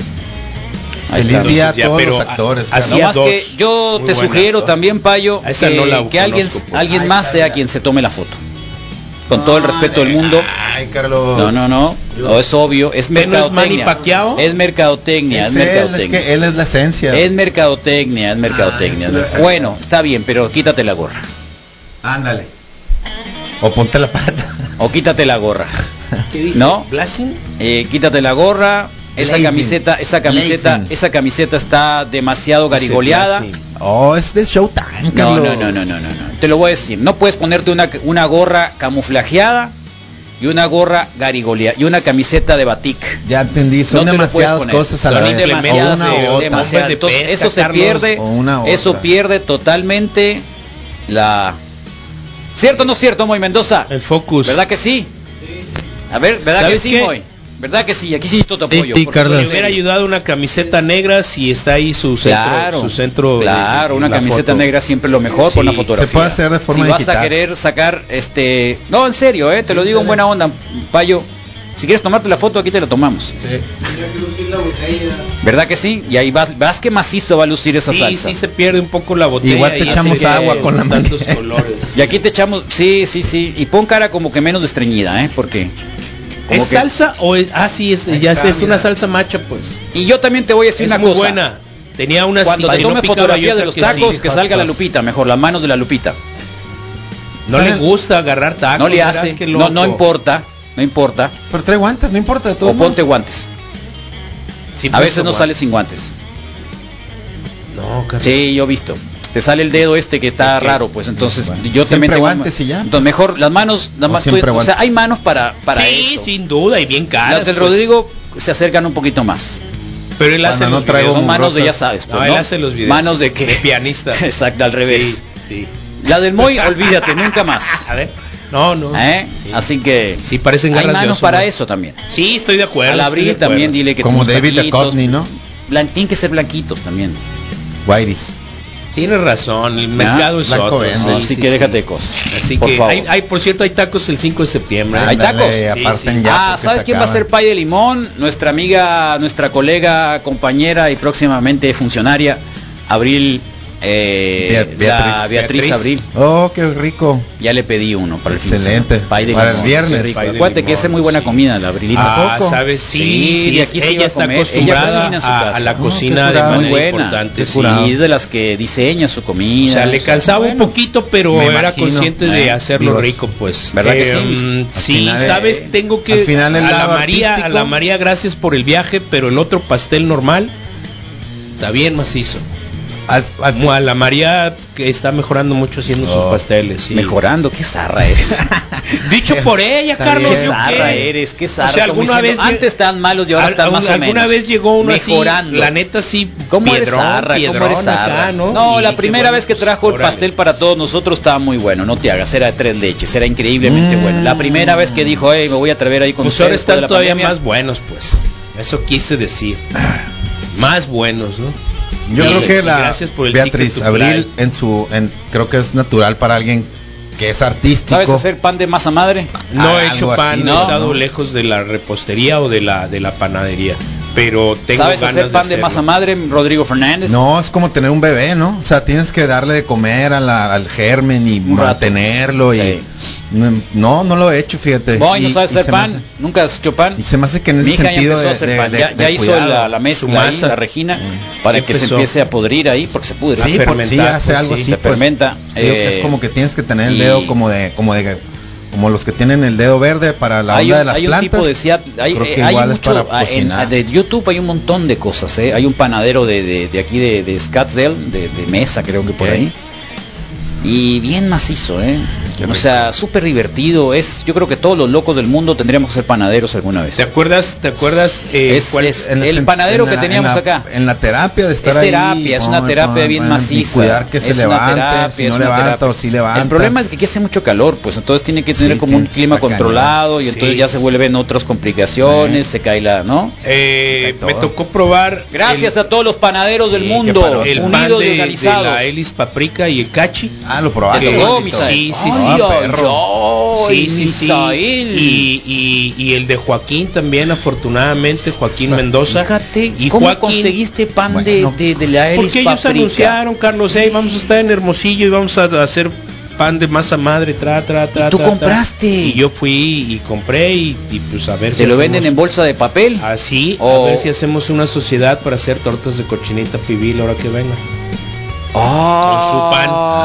Ahí feliz está. día a Entonces, ya, todos pero los actores. así Carlos. No más dos que yo muy te buenas, sugiero ¿no? también, Payo, A esa no la que alguien, conozco, pues. alguien Ahí más está, sea mira. quien se tome la foto. Con todo el respeto del mundo. Ay, Carlos. No, es obvio, es ¿Usted no es Manny mercadotecnia. Pacquiao? Es mercadotecnia, Es es él, es mercadotecnia. que él es la esencia. Es mercadotecnia, es mercadotecnia. sí, lo- Bueno, está bien, pero quítate la gorra. Ándale. O ponte la pata. O quítate la gorra. ¿Qué dice? ¿No? ¿Blasting? Quítate la gorra. Esa Blazing. camiseta está demasiado garigoleada. Sí, Blasting. Oh, es de Showtime, No, Carlos. no. Te lo voy a decir. No puedes ponerte una gorra camuflajeada y una gorra garigoleada y una camiseta de batik. Ya entendí, son No te lo puedes demasiadas poner. cosas a la Son vez. demasiadas, O una u otra. demasiadas. de Entonces, pesca, eso se Carlos, pierde. o una u Eso otra. pierde totalmente la. ¿Cierto o no cierto, Moy Mendoza? El focus. ¿Verdad que sí? A ver, ¿verdad que ¿Sabes sí, qué? Moy? ¿Verdad que sí? Aquí sí todo te Sí, apoyo. sí, por Carlos. Me favor. hubiera ayudado una camiseta negra si está ahí su centro. Claro, Su centro claro, una la camiseta foto. negra siempre lo mejor Sí, por una fotografía. se puede hacer de forma si vas digital. a querer sacar no, en serio, te lo digo en buena onda, Payo. Si quieres tomarte la foto, aquí te la tomamos. Sí. ¿Verdad que sí? Y ahí vas que macizo va a lucir esa Sí, salsa. sí se pierde un poco la botella. Igual te y echamos hace que agua con la tantos mano. colores. Y aquí te echamos, sí. Y pon cara como que menos estreñida, porque como ¿Es que- salsa o es? Ah, sí, es, Ahí ya está, es una mira. salsa macha, pues. Y yo también te voy a decir Es una muy cosa. buena. Tenía una Cuando te no tome picaba, fotografía yo de creo los que tacos, sí. que salga la hot sauce. Lupita, mejor, las manos de la Lupita. No le gusta agarrar tacos. No le verás hace, qué no loco. importa. Pero trae guantes, no importa de todo. O ponte guantes. Sí, A pues, veces no guantes. sale sin guantes. No, Carlos. Sí, yo he visto. Te sale el dedo que está Ok. raro, pues entonces Bueno. yo también Siempre tengo guantes y ya. Entonces mejor las manos, O siempre o sea, guantes. hay manos para Sí, eso. sin duda, y bien caras. Las del pues. Rodrigo se acercan un poquito más. Pero él hace Cuando los no traigo videos. Son manos de ya mugrosas. sabes, pues, No, él hace los videos. Manos de qué? De pianista. Exacto, al revés. Sí, sí. La del Moy, olvídate, nunca más. A ver. No, no. Sí. Así que Sí, parecen hay garras de manos oso, para ¿no? eso también. Sí, estoy de acuerdo. Al estoy abrir de acuerdo. también dile que Como tus David taquitos, Duchovny, ¿no? Tienen que ser blanquitos también. Guairis. Tienes razón, el mercado es otro. No, así que déjate de cosas. Así por que favor. por cierto, hay tacos el 5 de septiembre. ¿Hay tacos? Sí. ¿Sabes quién va a hacer pay de limón? Nuestra amiga, nuestra colega, compañera y próximamente funcionaria, Abril. Beatriz Abril. Oh, qué rico. Ya le pedí uno para el excelente. Pay de para limón. el viernes. Acuérdate que esa es muy buena comida, la Abrilita. ¿Sabes? Sí, aquí ella está acostumbrada a la cocina de muy manera buena. importante. Sí, de las que diseña su comida. O sea, le cansaba un poquito, pero era consciente de hacerlo Dios. rico, pues. ¿Verdad que sí? Sí, final, sabes, tengo que al final el lado a la María, gracias por el viaje, pero el otro pastel normal está bien macizo. A la María que está mejorando mucho haciendo sus pasteles. Sí. Mejorando, qué zarra eres. Dicho por ella, Carlos. Qué zarra eres, qué zarra. O sea, alguna vez antes estaban malos y ahora están más o menos. Alguna vez llegó uno mejorando. Así, la neta sí. ¿Cómo eres zarra? ¿Cómo eres zarra? Acá, ¿no? No, la primera vez que trajo el pastel para todos nosotros estaba muy bueno, no te hagas, era de 3 leches, era increíblemente bueno. La primera vez que dijo, me voy a atrever ahí con ustedes. Ahora están todavía más buenos, pues. Eso quise decir. Más buenos, ¿no? Yo creo que gracias por el Beatriz Abril creo que es natural para alguien que es artístico. ¿Sabes hacer pan de masa madre? No he hecho pan, así, no he estado lejos de la repostería o de la panadería, pero tengo ¿sabes ganas hacer pan de masa madre, Rodrigo Fernández? No, es como tener un bebé, ¿no? O sea, tienes que darle de comer al germen y mantenerlo y no lo he hecho, fíjate. ¿No sabes hacer pan? ¿Nunca has hecho pan? Y se me hace que en mi ese hija sentido ya empezó a hacer pan. Ya hizo la mezcla ahí, la Regina, para que se empiece a podrir ahí, porque se pudre. Sí, hace algo así, se fermenta. Es como que tienes que tener el dedo como los que tienen el dedo verde para la onda de las plantas. Hay mucho, de YouTube hay un montón de cosas, hay un panadero de aquí de Scottsdale, de Mesa, creo que por ahí. Y bien macizo, o sea, súper divertido. Yo creo que todos los locos del mundo tendríamos que ser panaderos alguna vez. ¿Te acuerdas? El panadero que teníamos acá. En la terapia de estar ahí. Es una terapia bien maciza. Y cuidar que se levante, si no levanta o si levanta. El problema es que aquí hace mucho calor, pues entonces tiene que tener como un clima controlado y entonces ya se vuelven otras complicaciones, se cae ¿no? Me tocó probar. Gracias a todos los panaderos del mundo, el unidos pan y organizados. De la Elis Paprika y el Cachi. Lo probaste. Sí. Y el de Joaquín también, afortunadamente, Joaquín Mendoza. Fíjate, y ¿cómo Joaquín, conseguiste pan de la Elis Porque ellos Paprika? anunciaron, Carlos, vamos a estar en Hermosillo y vamos a hacer pan de masa madre, ¿Y tú compraste? Y yo fui y compré y pues a ver si lo venden en bolsa de papel. Así, a ver si hacemos una sociedad para hacer tortas de cochinita pibil ahora que venga. Con su pan.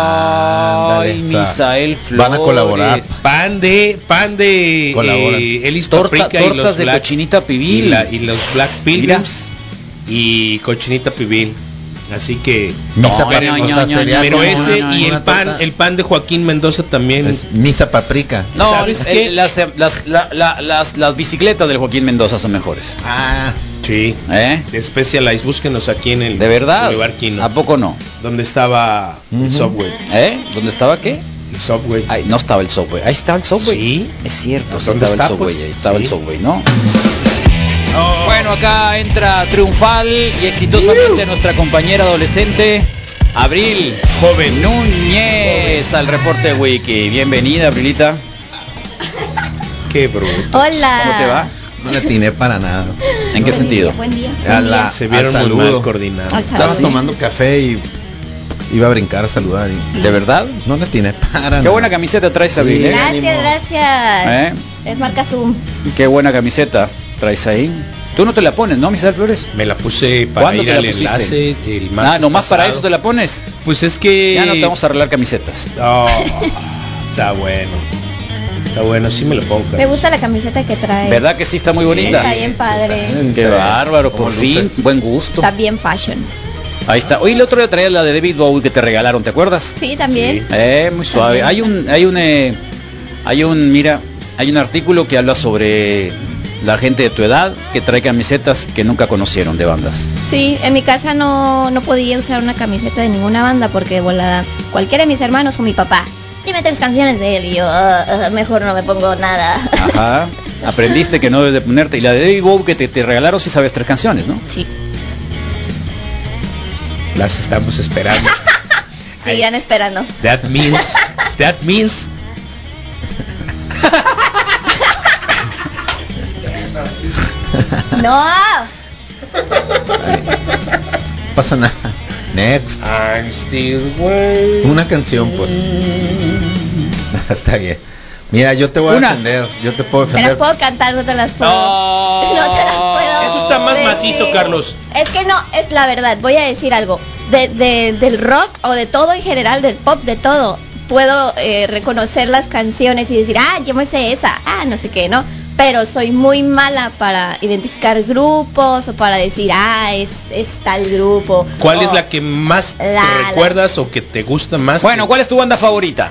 Ay, Misael Flores. Van a colaborar. Pan de Elis Paprika y los de Black, cochinita pibil y los Black Pilgrims y cochinita pibil. Así que pero ese y el pan de Joaquín Mendoza también es misa paprika. No, ¿sabes qué? Las bicicletas del Joaquín Mendoza son mejores. Sí. De Specialized, búsquenos aquí en el ¿de verdad? Quino. ¿A poco no? ¿Dónde estaba el Subway? ¿Dónde estaba qué? El Subway. Ay, no estaba el Subway. Ahí estaba el Subway. Sí. Es cierto, sí ¿dónde estaba el Subway? Pues? Ahí estaba el Subway, ¿no? Bueno, acá entra triunfal y exitosamente nuestra compañera adolescente Abril Joven Núñez al reporte Wiki. Bienvenida, Abrilita. Qué bruto. Hola. ¿Cómo te va? No le atiné para nada. ¿En qué sentido? Buen día. Se vieron muy mal coordinados. Estaba tomando café y iba a brincar a saludar. ¿De verdad? No le atiné para nada. Qué buena camiseta traes, Abril. Gracias. Es marca Zoom. Qué buena camiseta traes ahí. Tú no te la pones, ¿no, Misael Flores? Me la puse para ir al enlace el martes nomás pasado. para eso te la pones. Pues es que ya no te vamos a arreglar camisetas. Está bueno, sí me lo pongo. Me gusta la camiseta que trae. ¿Verdad que sí está muy bonita? Está bien padre. Qué bárbaro, por fin, buen gusto. Está bien fashion. Ahí está. Hoy el otro día traía la de David Bowie que te regalaron, ¿te acuerdas? Sí, también. Muy suave. También. Hay un artículo que habla sobre la gente de tu edad que trae camisetas que nunca conocieron de bandas. Sí, en mi casa no podía usar una camiseta de ninguna banda porque volada cualquiera de mis hermanos o mi papá. Dime 3 canciones de él y yo mejor no me pongo nada. Ajá. Aprendiste que no debes de ponerte. Y la de David Bowie que te regalaron sí sabes 3 canciones, ¿no? Sí. Las estamos esperando. seguirán esperando. That means. No. Pasa nada. Next. I'm still waiting. Una canción, pues. Está bien. Mira, yo te voy a defender. Yo te puedo Te defender. las puedo cantar, no te las puedo. No. No te las puedo. Eso está más decir. macizo, Carlos. Es que no, es la verdad. Voy a decir algo. Del rock o de todo en general, del pop, de todo. Puedo reconocer las canciones y decir, yo me sé esa. No sé qué, ¿no? Pero soy muy mala para identificar grupos o para decir, es tal grupo. ¿Cuál es la que más te recuerdas o que te gusta más? Bueno, ¿cuál es tu banda favorita?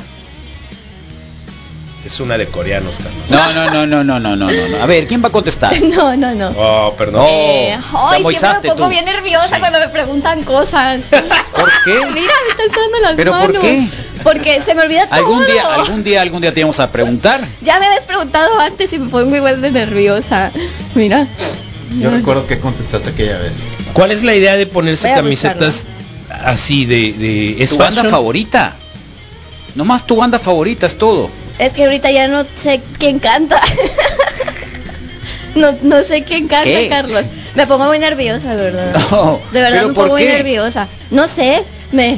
Es una de coreanos, Carlos. No. A ver, ¿quién va a contestar? No. Oh, perdón. Ay, siempre me pongo bien nerviosa cuando me preguntan cosas. ¿Por qué? Mira, me están sudando las ¿Pero manos. por qué? Porque se me olvida todo. Algún día te íbamos a preguntar. Ya me habías preguntado antes y me pongo igual de nerviosa. Mira. Yo recuerdo que contestaste aquella vez. ¿Cuál es la idea de ponerse Voy a camisetas así de ¿Es tu banda favorita? Nomás tu banda favorita es todo. Es que ahorita ya no sé quién canta. no sé quién canta, ¿Qué? Carlos. Me pongo muy nerviosa, de verdad. No, de verdad ¿pero me por pongo muy qué? nerviosa. No sé, me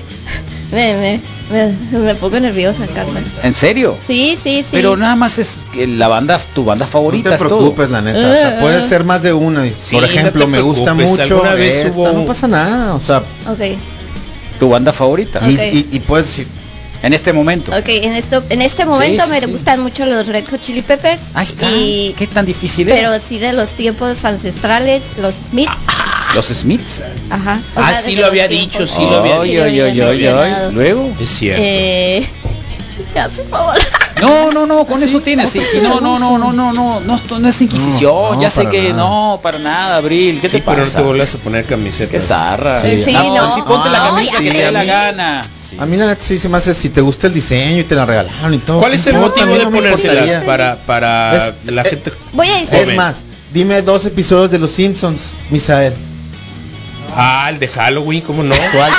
pongo nerviosa, Carlos. ¿En serio? Sí. Pero nada más es que tu banda favorita No es te todo. preocupes, la neta. O sea, puede ser más de una. Sí, Por ejemplo, no te me gusta preocupes, mucho alguna vez esta, hubo- no pasa nada. O sea, Ok. Tu banda favorita. Ok. y puedes decir, En este momento. Ok, en este momento Sí, me sí. gustan mucho los Red Hot Chili Peppers. Ahí está. Y, ¿Qué tan difícil es? pero sí de los tiempos ancestrales, los Smiths. Los Smiths. Ajá. O Ah, sea, sí desde lo los había tiempos. dicho, sí lo había Ay, dicho. ay, ay, ay, ay. Luego. Es cierto. Ya, por favor. No, con eso tienes. Sí, no es inquisición. No, Ya sé para que nada. no, para nada, Abril. ¿Qué Sí, te pero no pasa? te vuelvas a poner camisetas. Qué zarra. Sí. Sí, No, no. sí, ponte la Ay, camisa que sí, te dé a la mí- gana. a mí la neta sí se me hace, si te gusta el diseño y te la regalaron y todo. ¿Cuál es el no, motivo también de no me ponérselas importaría. para Es- la gente? Voy a decir. Es más, dime 2 episodios de Los Simpsons, Misael. El de Halloween, ¿cómo no? ¿Cuál?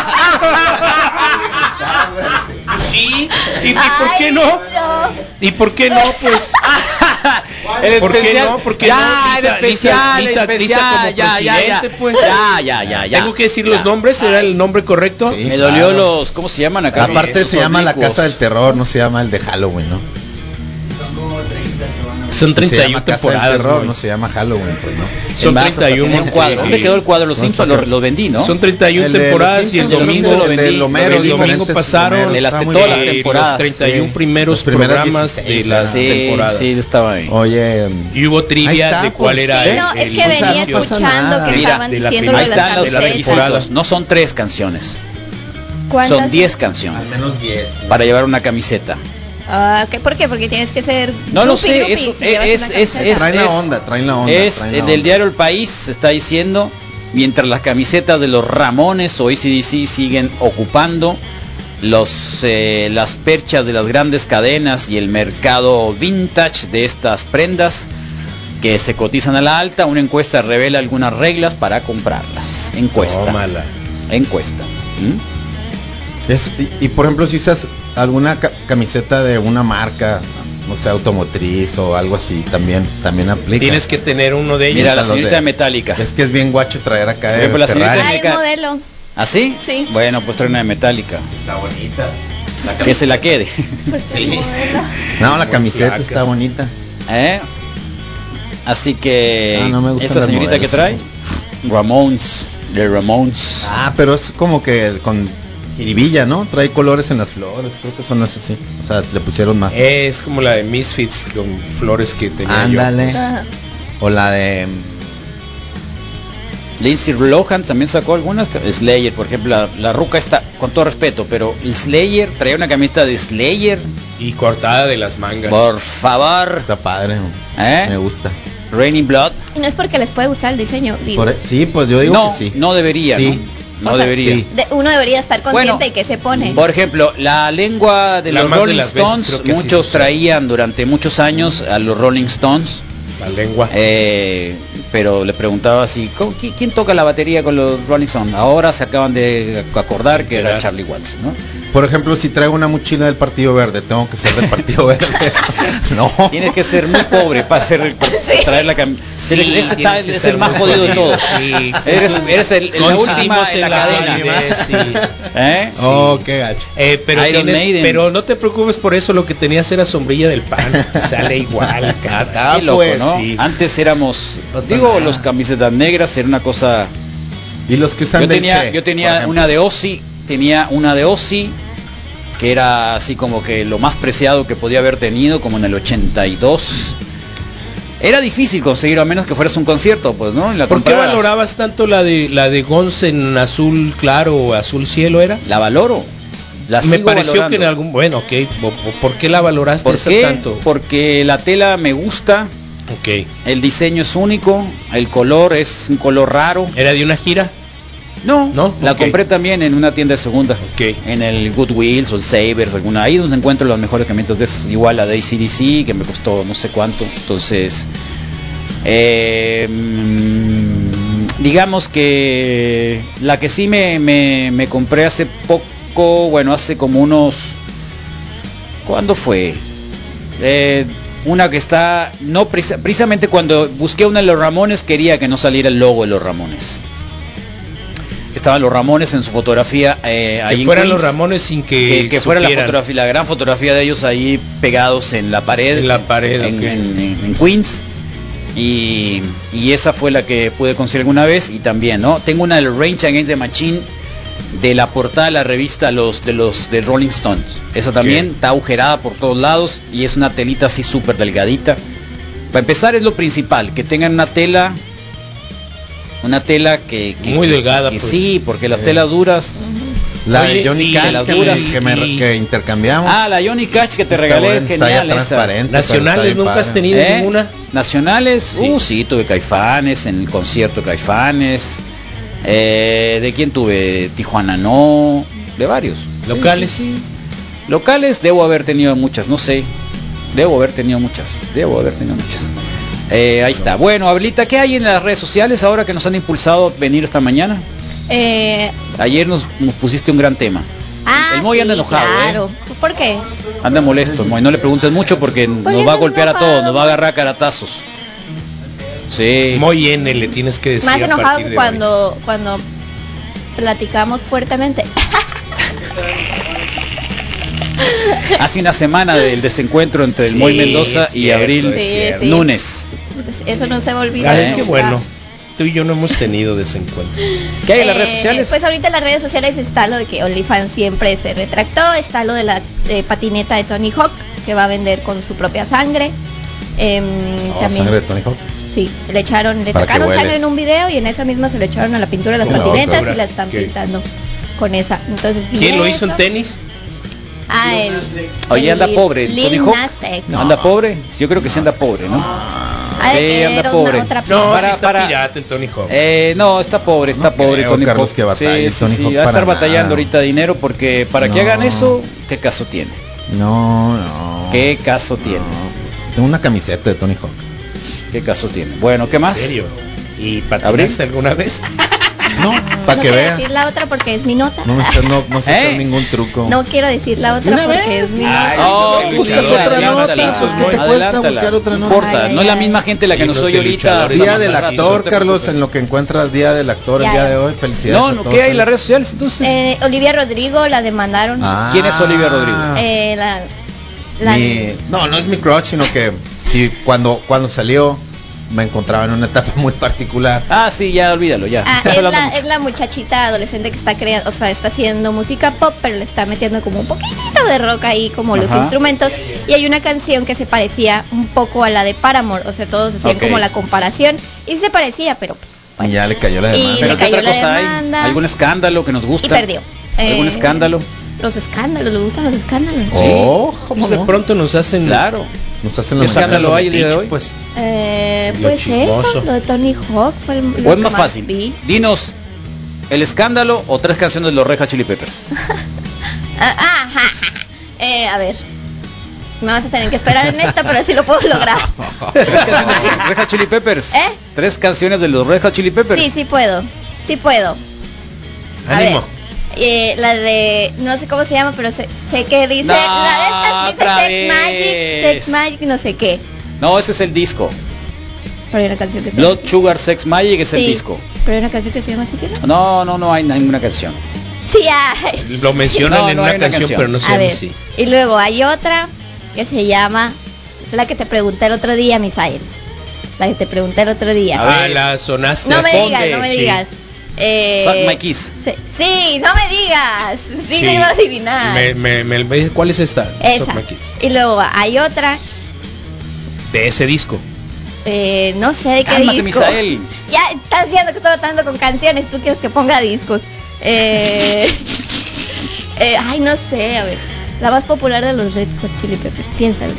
Sí. ¿Y por qué no? ¿Y por qué no? Pues. El ¿Por qué especial. no? ¿Por qué ya, no? el especial, Lisa como ya, presidente, pues. Ya. Tengo que decir los nombres, ¿era el nombre correcto? Sí. Me dolió Claro. ¿cómo se llaman acá? Aparte Los se llama La oblicuos. Casa del Terror, no se llama el de Halloween, ¿no? Son Se 31 llama Casa del temporadas, Terror, güey. no se llama Halloween, pues, ¿no? Son En Barça 31 tenía un cuadro. ¿Dónde quedó el cuadro? Los Simpsons lo vendí, ¿no? Son 31 El de los temporadas y el Simpsons, domingo creo que lo el de vendí. Homero, el domingo diferentes pasaron Homeros, de las- está muy todas las bien. temporadas, los 31 sí. primeros Los primeros programas 16, de las Sí, temporadas. sí, estaba ahí. Oye, Y hubo Ahí trivia está, de cuál pues. era Sí, el, no, es el que venía inicio. pasa escuchando nada. que Mira, estaban de la diciendo lo Ahí de primera- las están los de la camisetas. temporada. requisitos. No son 3 canciones. ¿Cuántas? Son 10 canciones al menos 10. para llevar una camiseta. ¿Por qué? Porque tienes que ser No lo groupie, sé, groupie, eso si llevas una camiseta. Traen la onda, traen la onda. Es traen la del onda. diario El País, se está diciendo, mientras las camisetas de los Ramones o AC/DC siguen ocupando las perchas de las grandes cadenas y el mercado vintage de estas prendas que se cotizan a la alta, una encuesta revela algunas reglas para comprarlas. Encuesta. Tómala. Encuesta. ¿Mm? Y, por ejemplo, si usas alguna camiseta de una marca, no sé, automotriz o algo así, también aplica. Tienes que tener uno de ellos. Mira, la los señorita de- Metallica. Es que es bien guacho traer acá Por de ejemplo, la Ferrari. señorita- Ah, es modelo. ¿Así? Sí. Bueno, pues trae una de Metallica. Está bonita. Que se la quede. Sí. Modelo. No, la camiseta flaca. está bonita. ¿Eh? Así que Ah, no me gustan esta las señorita que modelos. trae Ramones, de Ramones. Ah, pero es como que con jiribilla, ¿no? Trae colores en las flores, creo que son así. O sea, le pusieron más. Es como la de Misfits con flores que tenía Ándale. yo. Ajá. O la de Lindsay Lohan también sacó algunas. Slayer, por ejemplo, la ruca está, con todo respeto, pero el Slayer traía una camiseta de Slayer. Y cortada de las mangas. Por favor. está padre. ¿Eh? Me gusta. Raining Blood. Y no es porque les puede gustar el diseño, digo. Sí, pues yo digo No, que sí. no debería, Sí. ¿no? No O sea, debería. sí. Uno debería estar consciente Bueno, de que se pone. Por ejemplo, la lengua de La los más de Rolling las veces Stones, creo que así muchos se usa. traían durante muchos años a los Rolling Stones La lengua. Pero le preguntaba así, ¿quién toca la batería con los Rolling Stones? Ahora se acaban de acordar que era Charlie Watts, ¿no? Por ejemplo, si traigo una mochila del Partido Verde, tengo que ser del Partido Verde. No. Tienes que ser muy pobre para traer la camiseta. Es el más jodido de todos. Sí. Eres la última en la cadena. Sí. Oh, qué gacho. Pero no te preocupes por eso, lo que tenías era sombrilla del pan. Sale igual, cara. Qué loco, pues, ¿no? Sí. Antes éramos, los camisetas negras era una cosa. Y los que usan yo tenía una de Ozzy, que era así como que lo más preciado que podía haber tenido, como en el 82. Era difícil conseguir, a menos que fueras un concierto, pues, ¿no? ¿Por qué valorabas tanto la de Guns en azul claro o azul cielo era? La valoro. Me pareció valorando. Que en algún... Bueno, ok. ¿Por qué la valoraste tanto? Porque la tela me gusta. Ok. El diseño es único. El color es un color raro. ¿Era de una gira? No. La compré también en una tienda de segunda. Okay. En el Goodwills o el Savers, alguna. Ahí donde encuentro los mejores camisetas de esos. Igual la de AC/DC, que me costó no sé cuánto. Entonces, digamos que la que sí me compré hace poco, bueno, hace como unos... ¿Cuándo fue? Una que está... no precisamente cuando busqué una de los Ramones, quería que no saliera el logo de los Ramones. Estaban los Ramones en su fotografía ahí que fueran los Ramones sin que fuera la gran fotografía de ellos ahí pegados en la pared, en Queens, y esa fue la que pude conseguir alguna vez. Y también, ¿no? Tengo una del Rage Against the Machine, de la portada de la revista de Rolling Stones. Esa también está agujerada por todos lados y es una telita así súper delgadita. Para empezar, es lo principal, que tengan una tela que muy delgada, pues. Sí, porque las telas duras. La de Johnny Cash que intercambiamos. La Johnny Cash que te regalé es genial esa. Nacionales, ¿nunca has tenido ninguna? Nacionales, sí, tuve Caifanes, en el concierto de Caifanes. ¿De quién tuve? Tijuana no, de varios. ¿Locales? Sí. Locales debo haber tenido muchas, no sé. Debo haber tenido muchas. Ahí está. Bueno, Abelita, ¿qué hay en las redes sociales ahora que nos han impulsado a venir esta mañana? Ayer nos pusiste un gran tema. El Moy anda enojado, claro. ¿Por qué? Anda molesto, Moy. No le preguntes mucho porque nos va a golpear enojado, a todos, nos va a agarrar a caratazos. Sí. Moy N, le tienes que decir. Más enojado cuando platicamos fuertemente. Hace una semana del desencuentro entre el Moy Mendoza y Abril Núñez. Eso no se va a olvidar. Qué bueno. Tú y yo no hemos tenido desencuentros. ¿Qué hay en las redes sociales? Pues ahorita en las redes sociales está lo de que OnlyFans siempre se retractó, está lo de la patineta de Tony Hawk que va a vender con su propia sangre. También, ¿sangre de Tony Hawk? Sí, le sacaron sangre en un video y en esa misma se le echaron a la pintura de las patinetas y la están pintando con esa. Entonces, ¿quién lo hizo en tenis? Oye, anda pobre, Tony Hawk. ¿Anda pobre? Yo creo que sí anda pobre, ¿no? Anda pobre. No, está pirata el Tony Hawk. No, está pobre Tony Carlos, Hawk. Que batalla, sí, va a estar batallando ahorita dinero porque para que hagan eso, ¿qué caso tiene? No. ¿Qué caso tiene? Tengo una camiseta de Tony Hawk. ¿Qué caso tiene? Bueno, ¿qué más? ¿En serio? ¿Y patinaste alguna vez? No, para que veas. No quiero decir la otra porque es mi nota. No sé hacer ningún truco. No quiero decir la otra porque es mi nota. Buscas otra nota. ¿Qué te cuesta buscar otra nota? No importa, no es la misma gente la que nos oye ahorita. Día del actor, Carlos, en lo que encuentra el Día del Actor el día de hoy. Felicidades. No, ¿qué hay en las redes sociales entonces? Olivia Rodrigo la demandaron. ¿Quién es Olivia Rodrigo? No es mi crush, sino que cuando salió me encontraba en una etapa muy particular. Sí, ya olvídalo, ya. Es la muchachita adolescente que está creando, o sea, está haciendo música pop, pero le está metiendo como un poquito de rock ahí, como los instrumentos. Y hay una canción que se parecía un poco a la de Paramore, o sea, todos hacían como la comparación y se parecía, pero bueno. Y ya le cayó la demanda. ¿Pero qué otra cosa hay? ¿Algún escándalo que nos gusta? Y perdió. ¿Algún escándalo? Los escándalos, ¿les gustan los escándalos? ¿Cómo de pronto nos hacen? Claro. Nos hacen los escándalo hay el día de hoy. Pues eso, lo de Tony Hawk fue o es más fácil. Dinos el escándalo o 3 canciones de los Red Hot Chili Peppers. A ver. Me vas a tener que esperar en esta, pero sí lo puedo lograr. 3 canciones de Red Hot Chili Peppers. 3 canciones de los Red Hot Chili Peppers. Sí puedo. Ánimo. La de, no sé cómo se llama, pero sé que dice, No, la de otra estas dice Sex Magic, no sé qué. No, ese es el disco. Pero hay una canción que se Blood Sugar Sex Magic es el Sí. disco. Pero hay una canción que se llama así, ¿qué no? No hay ninguna canción. Sí hay. Lo mencionan No, en no una hay una canción, canción. pero no se A llama ver, así. y luego hay otra que se llama, la que te pregunté el otro día, Misael. La que te pregunté el otro día. A ver. La sonaste. No me responde, digas, no me sí. digas. Suck My Kiss. Sí, no me digas. Sí, lo iba a adivinar. Me dice, ¿cuál es esta? Esa. Suck My Kiss. Y luego hay otra, De ese disco. no sé de qué Cálmate, disco. Misael. Ya estás viendo que estoy votando con canciones, tú quieres que ponga discos. Ay, no sé, a ver. La más popular de los Red Hot Chili Peppers. Piénsalo.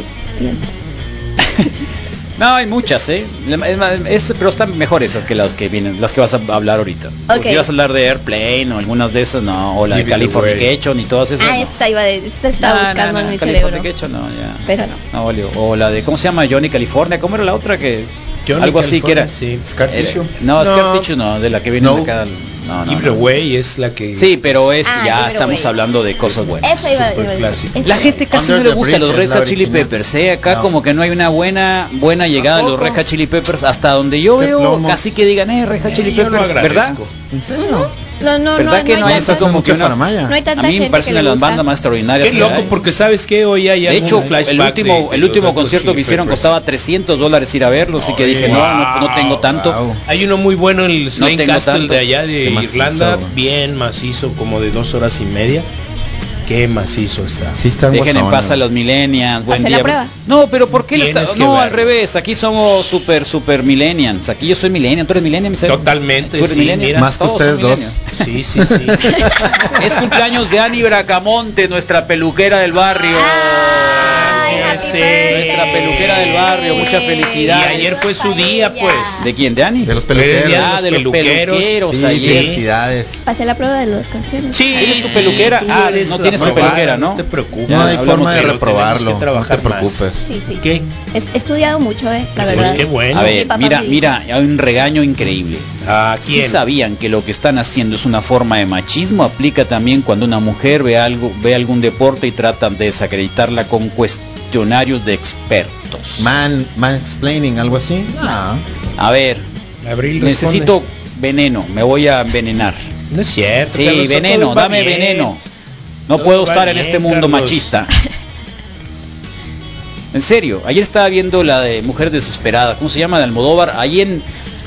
No, hay muchas, pero están mejor esas que las que vienen, las que vas a hablar ahorita. Porque Ok. ibas a hablar de Airplane o algunas de esas, no, o la de Give it away. Californication y todas esas. Ah, no. esta estaba buscando en mi cerebro. Californication, no, ya. Pero no. No valió. O la de, ¿cómo se llama? Johnny California. ¿Cómo era la otra que? Johnny algo así que era. California, sí. Scar Tissue. No, No. Scar Tissue no, de la que viene Snow. acá. No, Give It Away es la que... Sí, pero es Ah, ya Give It estamos Away. hablando de cosas buenas. Eso iba a Super decir. clásico. Eso La iba. gente casi Under no le the gusta los Bridge Red es la Hot Chili original. Peppers, acá No. como que no hay una buena llegada de los ¿Tampoco? Red Hot Chili Peppers, hasta donde yo Qué veo plomos. casi que digan, Red Hot Chili yo lo Peppers, ¿verdad? agradezco. ¿En serio? No, ¿Verdad que no hay tanta- esa como que mucha una... faramaya. no hay tanta A mí me gente parece que una de le las gusta. bandas más extraordinarias Qué que loco, hay. porque sabes que hoy hay De algún hecho, el flashback último, de el los último Red Hot concierto Chili que hicieron Peppers. costaba $300 ir a verlo, así que Oye, dije, no tengo tanto. Wow. Hay uno muy bueno en el Slane tengo Castle tanto. de allá de Qué macizo, Irlanda, güey. bien macizo, como de 2 horas y media. Qué macizo está. Sí están Dejen en guasones. paz a los millennials, buen Hace día. la prueba. No, pero ¿por qué le Tienes está...? que No, verlo. al revés, aquí somos super millennials. Aquí yo soy millennial, ¿tú eres millennial? Misael? Totalmente, ¿Tú eres sí, millennial? mira. Más que Todos ustedes son dos. millennials. Sí, sí, sí. Es cumpleaños de Ani Bracamonte, nuestra peluquera del barrio. Ay, happy Sí. birthday. Nuestra peluquera del barrio, muchas Y felicidades. ayer fue su día, pues. ¿De quién? ¿De Ani? De los Fue el día peluqueros. Ah, de los peluqueros Sí, ayer. felicidades. Pasé la prueba de las canciones. Sí, ¿Tienes tu peluquera? sí, Ah, eres no tienes tu aprobada, peluquera, ¿no? No te preocupes. No hay hablamos forma de de lo reprobarlo. tenemos que No te trabajar más. preocupes. Sí. ¿Qué? He estudiado mucho, la Pues verdad. qué bueno. A Mi ver, papá mira, me mira, hay un regaño increíble. ¿A Si quién? sabían que lo que están haciendo es una forma de machismo, aplica también cuando una mujer ve algún deporte y tratan de desacreditarla con cuestionarios de expertos. Mansplaining, algo así. No. A ver, Abril necesito veneno, me voy a envenenar. responde. No es cierto. Sí, Carlos, veneno, todo va dame bien. veneno. No Todo puedo va estar en bien, este mundo Carlos. machista. En serio, ayer estaba viendo la de Mujer Desesperada, ¿cómo se llama? De Almodóvar, ahí en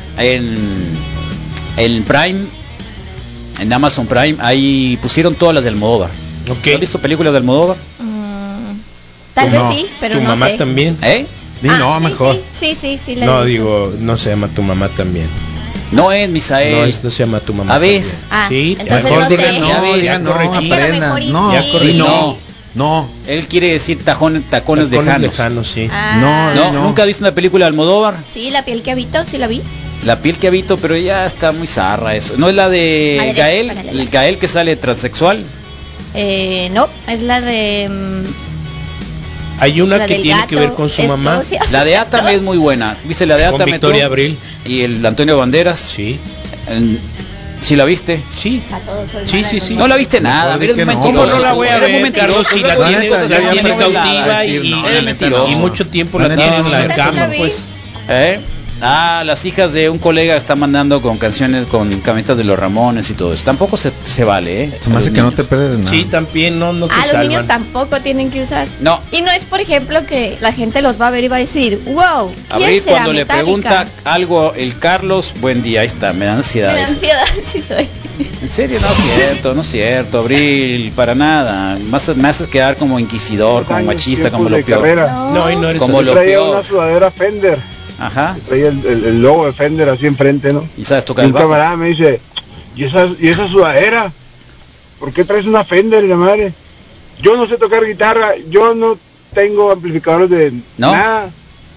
Prime, en Amazon Prime, ahí pusieron todas las de Almodóvar. Ok. ¿Has visto películas de Almodóvar? Tal vez No. sí, pero ¿Tu no mamá sé. también? ¿Eh? Di Ah, no, sí, mejor. Sí, la No, he visto. digo, no se llama tu mamá también. No es Misael. No, no se llama tu mamá. A ver. también. Ah, Sí, entonces mejor no diga sé. no, Ya ves, diga ya no, corregí. Pero aprenda. mejor y No, sí. di no. No. No. Él quiere decir tacones Tacones lejanos. lejanos, sí. Ah, No, no. ¿nunca has visto una película de Almodóvar? sí, La piel que habito, sí la vi. La piel que habito, pero ya está muy zarra eso. ¿No es la de Madre, Gael? paralela. El Gael que sale transexual. No, es la de... Hay una la que del tiene gato, que ver con su mamá. Escocia. La de Atame es muy buena. ¿Viste la de Con Atame Victoria tú? Abril. Y el Antonio Banderas. Sí. ¿Sí la viste? Sí. A todos soy Sí, mala, sí, no sí. me- No la viste nada. di Eres que no. mentiroso. ¿Cómo no la voy a Eres ver, mentiroso. Carlos? Si la Luego tiene, dices cosas yo que ya no me ves nada. cautiva decir, y, no, eres la neta mentiroso. y mucho tiempo La la neta tiene en no. la Esa sí la cama, vi. pues. Las hijas de un colega están mandando con canciones, con camisetas de los Ramones y todo eso. Tampoco se vale, Se me hace que no te pierdes de nada. Sí, también no te Los salvan. niños tampoco tienen que usar. No. Y no es, por ejemplo, que la gente los va a ver y va a decir, wow, ¿quién Abril, será cuando le Metallica? pregunta algo el Carlos, buen día, ahí está, me da Me ansiedad. da eso. ansiedad, sí soy. En serio, no es cierto, Abril, para nada. Me haces quedar como inquisidor, como machista, como lo peor. No, y no eres Como así. lo Traía peor. una sudadera Fender, Ajá. traía el logo de Fender así enfrente, ¿no? ¿Y sabes Y tocar el un bajo? camarada me dice, ¿y esa sudadera? ¿Por qué traes una Fender, y la madre? Yo no sé tocar guitarra, yo no tengo amplificadores de ¿No? nada.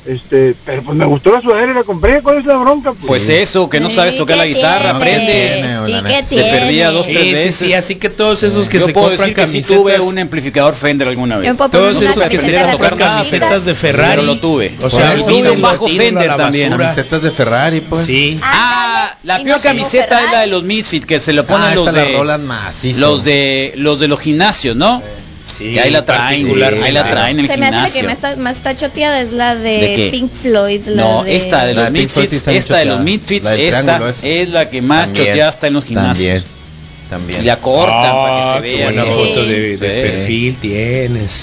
pero pues me gustó la sudadera y la compré. ¿Cuál es la bronca? Pues eso, que no sabes tocar la guitarra, aprende. Se perdía 2-3 veces. Sí, así que todos esos que yo se puedo compran decir que camisetas, sí tuve un amplificador Fender alguna vez. Todos esos que se tocar camisetas de Ferrari, pero lo tuve. O sea, tuve un bajo Fender también. Camisetas de Ferrari, pues. Sí. La peor camiseta es la de los Misfits, que se lo ponen los de los gimnasios, ¿no? Sí, que ahí la traen en el se me hace gimnasio. la que más está choteada es la de Pink Floyd. Esta de los Misfits, esta es la que más choteada está en los gimnasios. También. Y la cortan para que se vea. Buena foto de perfil tienes.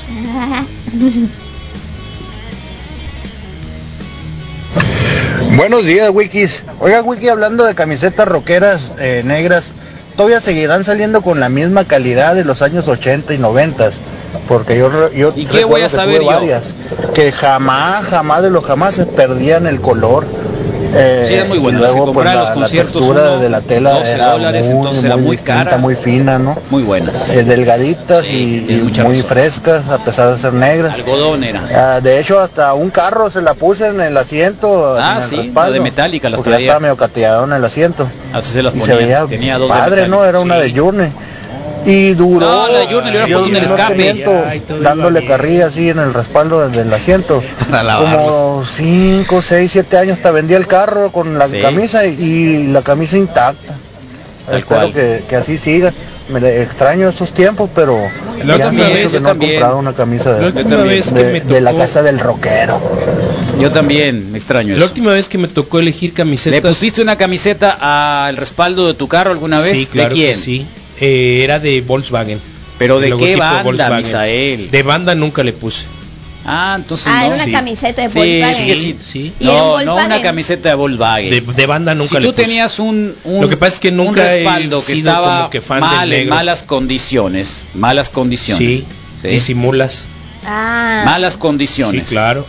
Buenos días, Wikis. Oiga, Wiki, hablando de camisetas rockeras negras, todavía seguirán saliendo con la misma calidad de los años 80 y 90, porque yo ¿y qué voy a saber yo? Varias que jamás se perdían el color. Sí, es muy bueno. Luego, pues, la textura de la tela era muy cara, muy fina, ¿no? Muy buenas. Delgaditas y muy frescas, a pesar de ser negras. Algodón era. De hecho, hasta un carro se la puse en el asiento. En el respaldo, de metálica las porque traía. Ya estaba medio cateado en el asiento. Así se las ponía. Y se veía tenía dos padre, ¿no? Era una de Journey. Y duró. No, la Journey le hubiera puesto en el escape. Dándole carrilla así en el respaldo del asiento. Como 5, 6, 7 años hasta vendía el carro con la camisa y la camisa intacta. Espero que así siga. Me extraño esos tiempos, pero la última vez que no he comprado una camisa de la casa del rockero. Yo también me extraño eso. La última vez que me tocó elegir camisetas. ¿Le pusiste una camiseta al respaldo de tu carro alguna vez? Sí, claro. ¿De quién? Que sí. Era de Volkswagen. ¿Pero de qué banda, Misael? De banda nunca le puse. Entonces era una camiseta de Volkswagen. Sí. No una camiseta de Volkswagen. De banda nunca le puse. Si tú tenías lo que pasa es que nunca un respaldo que estaba como que fan mal, en malas condiciones. Sí. Disimulas. Malas condiciones. Sí, claro.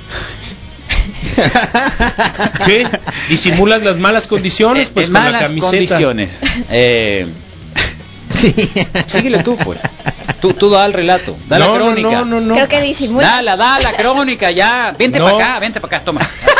¿Qué? ¿Disimulas las malas condiciones? Pues con malas la camiseta. Condiciones. Síguele tú, pues. Tú da el relato, da la crónica. No. Creo que disimula. Da la crónica ya. Vente para acá, toma.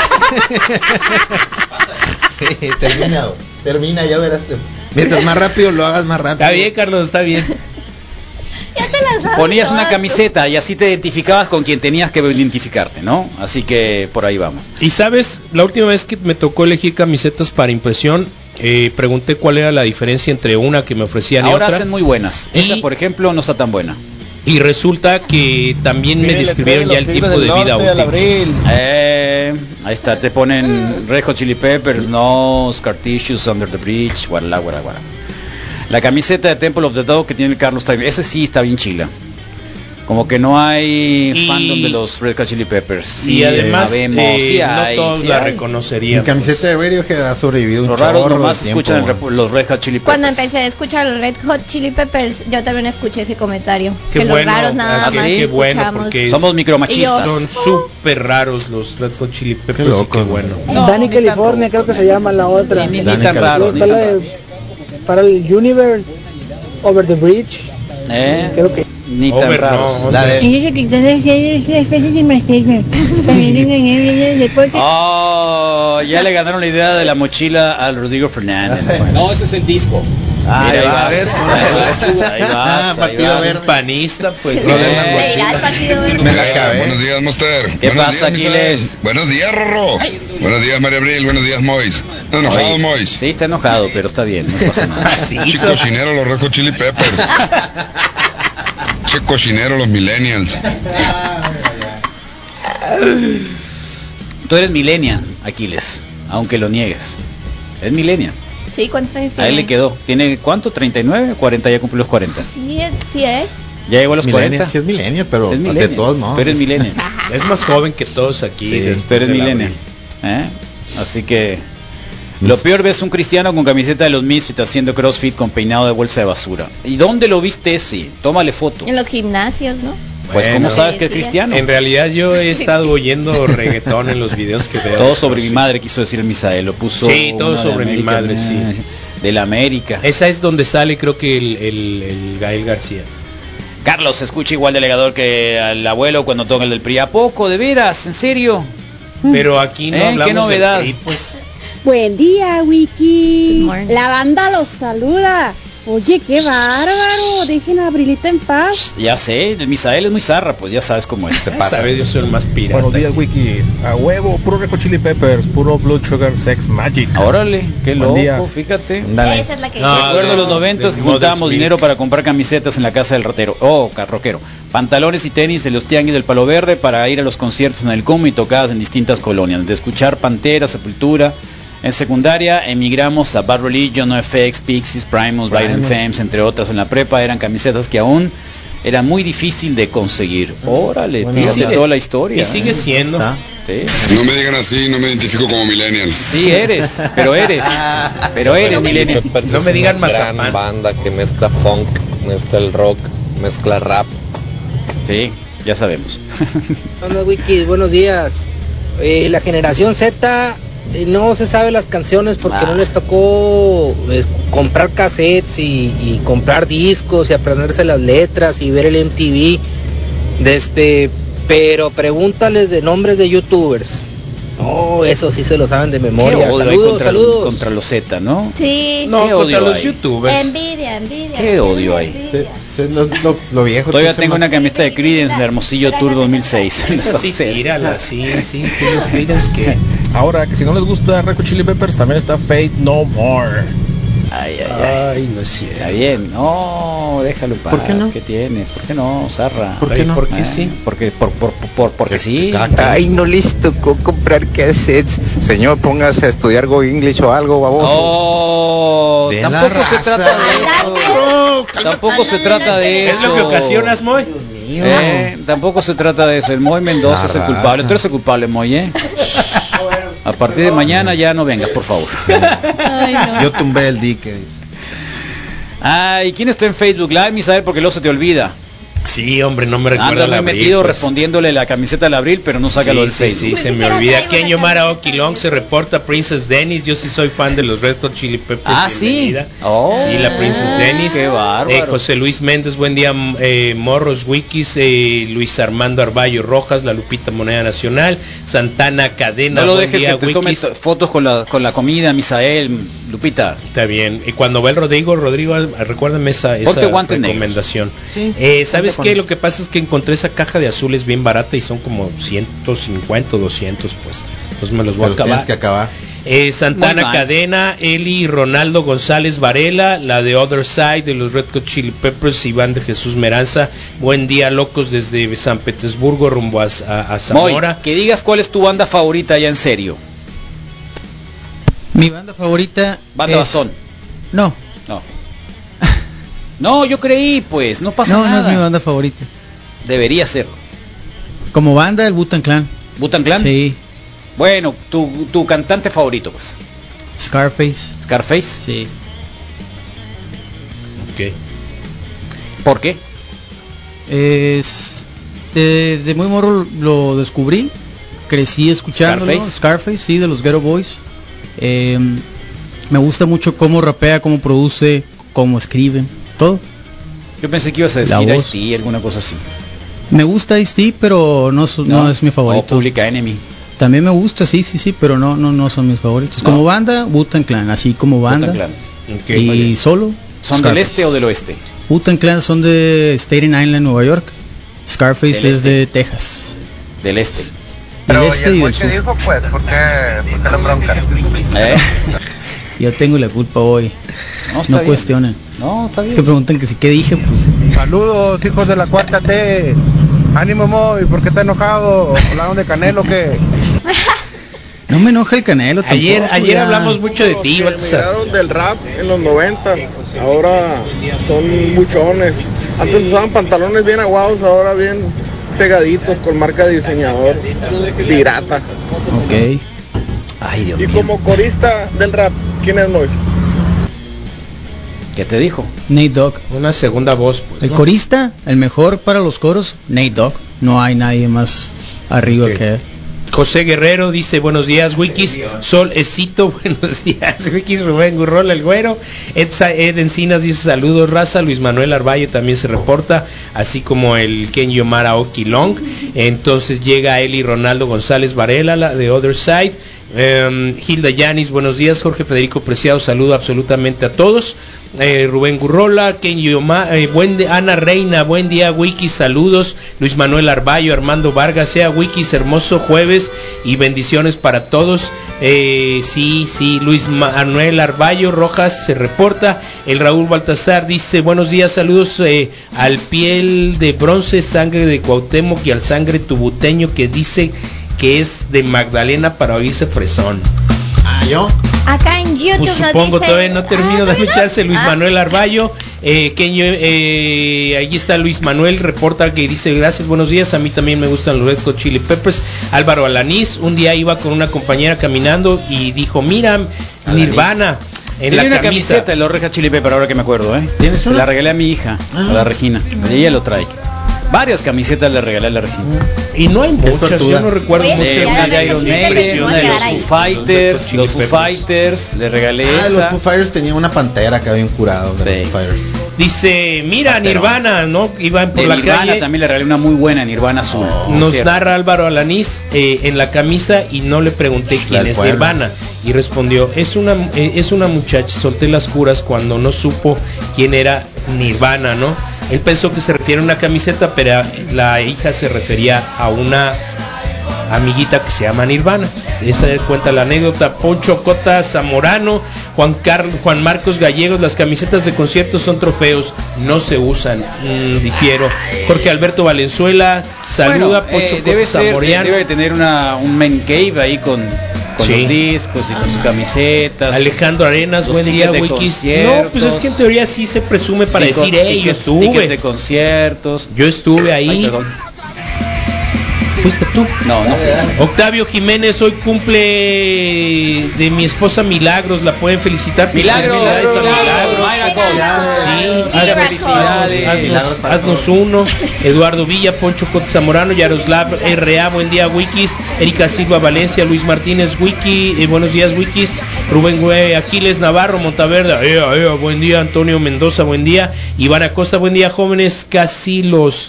Sí, termina, ya verás. Mientras más rápido lo hagas, más rápido. Está bien, Carlos, está bien. Ya te las sabes. Ponías una camiseta y así te identificabas con quien tenías que identificarte, ¿no? Así que por ahí vamos. Y sabes, la última vez que me tocó elegir camisetas para impresión, pregunté cuál era la diferencia entre una que me ofrecían y otra. Ahora hacen muy buenas. Esa, por ejemplo, no está tan buena. Y resulta que también me describieron ya el tiempo de vida útil. Ahí está, te ponen Red Hot Chili Peppers, no, Scar Tissues, Under the Bridge, guarda. La camiseta de Temple of the Dog que tiene el Carlos Time, ese sí está bien chila. Como que no hay fandom de los Red Hot Chili Peppers. Sí, además no todos la reconocerían. Mi camiseta de Radiohead ha sobrevivido un chorro nomás escuchan los Red Hot Chili Peppers. Cuando empecé a escuchar los Red Hot Chili Peppers, yo también escuché ese comentario. Qué que bueno, los raros nada más qué bueno, porque somos micromachistas. Son súper raros los Red Hot Chili Peppers. Qué loco, bueno. Dani California creo que se llama la otra. Ni tan raros. Para el Universe, Over the Bridge. Creo que ni tan raros. Ya le ganaron la idea de la mochila al Rodrigo Fernández. No, ese es el disco. Ahí vas. Partido Verde. Panista, pues. Me la acabé. Buenos días, Monster. ¿Qué pasa, Aquiles? Buenos días, Rorro. Buenos días, María Abril. Buenos días, Mois. ¿Enojado, Mois? Sí, está enojado, pero está bien, no pasa nada. Cocinero, los Red Hot Chili Peppers. Cocinero, los millennials. Tú eres millennial, Aquiles, aunque lo niegues. Es millennial. Sí, ¿cuántos años tiene? A él le quedó. ¿Tiene cuánto? ¿39? ¿40? Ya cumplió los 40. Sí es. Ya llegó a los 40. Sí es millennial, pero es de todos modos. Pero es millennial. Es más joven que todos aquí. Sí, tú eres millennial. Así que lo peor ves un cristiano con camiseta de los Misfits haciendo CrossFit con peinado de bolsa de basura. ¿Y dónde lo viste ese? Tómale foto. En los gimnasios, ¿no? Pues ¿cómo sabes que es cristiano? En realidad yo he estado oyendo reggaetón en los videos que veo. Todo sobre mi madre, quiso decir el Misael, lo puso. Sí, todo sobre mi madre, sí. De la América. Esa es donde sale, creo que el Gael García. Carlos se escucha igual delegador que al abuelo cuando toca el del PRI. ¿A poco? ¿De veras? ¿En serio? Pero aquí no hablamos ¿qué novedad? del PRI, pues. Buen día, Wiki. La banda los saluda. Oye, qué bárbaro. Dejen a Abrilita en paz. Ya sé, el Misael es muy zarra, pues ya sabes cómo es. Sabes, yo soy el más pirata. Buenos días, Wikis. A huevo, puro Red Hot Chili Peppers, puro Blood Sugar Sex Magic. Órale, qué Buen loco, día. fíjate. Esa es la que Recuerdo los 90s que juntábamos dinero para comprar camisetas en la casa del rockero. Pantalones y tenis de los tianguis del Palo Verde para ir a los conciertos en el CUM y tocadas en distintas colonias. De escuchar Pantera, Sepultura. En secundaria emigramos a Bad Religion, NoFX, Pixies, Primus, Violent Femmes, entre otras. En la prepa eran camisetas que aún era muy difícil de conseguir. Órale, dice toda la historia. Y sigue siendo. Sí. No me digan así, no me identifico como millennial. Sí, pero eres millennial. No me digan más. Gran banda que mezcla funk, mezcla el rock, mezcla rap. Sí, ya sabemos. Hola, Wiki, buenos días. La generación Z no se sabe las canciones porque no les tocó comprar cassettes y comprar discos y aprenderse las letras y ver el MTV. Pero pregúntales de nombres de youtubers. No, eso sí se lo saben de memoria. Saludos. Contra los Z, ¿no? Sí. No, ¿Qué contra odio los hay? youtubers. Envidia. ¿Qué odio hay? Lo viejo. Todavía tengo una camiseta de Creedence, el Hermosillo Tour 2006. Sí, tírala, sí, los Creedence que... Ahora, que si no les gusta Red Hot Chili Peppers, también está Faith No More. Ay, no es cierto. Está bien, no, déjalo en paz. ¿Por qué no? ¿Qué tiene? ¿Por qué no, Zarra? ¿Por qué no? Porque sí. Porque sí. Ay, no les tocó comprar cassettes. Señor, póngase a estudiar Go English o algo, baboso. Oh, tampoco se trata de eso. Tampoco se trata de eso. ¿Es lo que ocasionas, Moy? Tampoco se trata de eso. El Moy Mendoza es el culpable. Tú eres el culpable, Moy, A partir de mañana ya no vengas, por favor. Ay, no. Yo tumbé el dique. Ay, ¿quién está en Facebook Live, Misael? Porque luego se te olvida. Sí, hombre, no me recuerda. Anda muy metido respondiéndole la camiseta al Abril, pero no saca lo del Facebook. Sí, se me olvida. Que año Maraoki Long se reporta Princess Dennis. Yo sí soy fan de los Red Hot Chili Peppers. Sí. Sí, la Princess Dennis. Qué bárbaro. José Luis Méndez, buen día. Morros Wikis, Luis Armando Arballo Rojas, la Lupita Moneda Nacional, Santana Cadena. No lo dejes que te tomes fotos con la comida, Misael, Lupita. Está bien. Y cuando va el Rodrigo, recuérdame esa recomendación. Sí. ¿Sabes qué? Lo que pasa es que encontré esa caja de azules bien barata y son como 150 o 200, pues. Entonces me los voy a acabar. Tienes que acabar. Santana Cadena, Eli Ronaldo González Varela, la de Other Side de los Red Hot Chili Peppers, Iván de Jesús Meranza. Buen día, locos, desde San Petersburgo rumbo a Zamora. Moy, que digas cuál es tu banda favorita ya en serio. Mi banda favorita Banda Bastón. No, yo creí, pues, no pasa nada. No es mi banda favorita. Debería ser. Como banda, el Wu-Tang Clan. ¿Wu-Tang Clan? Sí. Bueno, tu cantante favorito, pues. Scarface. Sí. Ok. ¿Por qué? Desde muy morro lo descubrí. Crecí escuchándolo. Scarface, sí, de los Ghetto Boys. Me gusta mucho cómo rapea, cómo produce, cómo escribe, todo. Yo pensé que ibas a decir Ice-T, alguna cosa así. Me gusta Ice-T, pero no es mi favorito. O Public Enemy. También me gusta, sí, pero no son mis favoritos. Como banda, Wu-Tang Clan, así como banda. Okay, y solo. ¿Son Scarface. del este o del oeste? Wu-Tang Clan son de Staten Island, Nueva York. Scarface es de Texas. Del este. Pero del este ¿y y el del sur. dijo, pues? ¿Por qué la bronca? Yo tengo la culpa hoy. No cuestionen. No, está bien. Es que preguntan que si qué dije, pues. Saludos, hijos de la cuarta T. Ánimo, Moy, ¿por qué está enojado? ¿Hablaron de Canelo qué? No me enoja el Canelo tampoco. Ayer hablamos mucho de ti, Miraron del rap en los 90, ahora son buchones. Antes usaban pantalones bien aguados, ahora bien pegaditos con marca de diseñador, pirata. Ok. Ay, Dios y mío. como corista del rap, ¿quién es Moy? ¿Qué te dijo? Nate Dogg. Una segunda voz, pues. El corista, el mejor para los coros, Nate Dogg. No hay nadie más arriba que él. José Guerrero dice, buenos días, Wikis, Solecito, buenos días, Wikis, Rubén Gurrola, el güero, Ed Encinas dice saludos raza. Luis Manuel Arballo también se reporta, así como el Ken Yomara Oki Long. Entonces llega Eli Ronaldo González Varela, la de Other Side. Hilda Yanis, buenos días. Jorge Federico Preciado, saludo absolutamente a todos. Rubén Gurrola, Ken Yoma, Ana Reina, buen día Wikis, saludos. Luis Manuel Arballo, Armando Vargas, sea Wikis, hermoso jueves y bendiciones para todos. Sí, Luis Manuel Arballo Rojas se reporta. El Raúl Baltasar dice buenos días, saludos al piel de bronce, sangre de Cuauhtémoc y al sangre tubuteño que dice que es de Magdalena para oírse fresón. ¿Yo? Acá en YouTube pues supongo dice, todavía no termino de echarse Luis Manuel Arballo. Ahí está Luis Manuel, reporta que dice gracias, buenos días, a mí también me gustan los Red Hot Chili Peppers. Álvaro Alanís, un día iba con una compañera caminando y dijo, mira, Nirvana en la una camisa. Camiseta de los Red Hot Chili Peppers, ahora que me acuerdo, ¿Tienes una? La regalé a mi hija, a la Regina, y ella lo trae. Varias camisetas le regalé a la Regina. Y no hay muchas, yo no recuerdo mucho. Una de Iron Maiden, una de los Foo Fighters, le regalé esa. Los Foo Fighters tenían una pantera que habían curado de los Foo Fighters. Dice, mira, Nirvana, ¿no? Iban por la Nirvana calle. También le regalé una muy buena, Nirvana azul. Nos narra Álvaro Alanís en la camisa y no le pregunté quién es Nirvana. Y respondió, es una muchacha, solté las curas cuando no supo quién era Nirvana, ¿no? Él pensó que se refiere a una camiseta, pero la hija se refería a una amiguita que se llama Nirvana. Esa cuenta la anécdota. Poncho Cota Zamorano, Juan Marcos Gallegos, las camisetas de conciertos son trofeos, no se usan. Difiero. Jorge Alberto Valenzuela, saluda. Poncho Cota Zamorano. Debe tener un man cave ahí con los discos y con sus camisetas. Alejandro Arenas, buen día Wikis. No, pues es que en teoría sí se presume para decir, yo estuve de conciertos. Yo estuve ahí. ¿Fuiste tú? No fui. Octavio Jiménez, hoy cumple de mi esposa Milagros, la pueden felicitar. Milagros. Sí, felicidades. Haznos uno. Eduardo Villa, Poncho Cot Zamorano, Yaroslav R.A., buen día Wikis. Erika Silva Valencia, Luis Martínez Wiki, buenos días Wikis. Rubén Güey, Aquiles Navarro, Montaverde, buen día. Antonio Mendoza, buen día. Iván Acosta, buen día jóvenes, casi los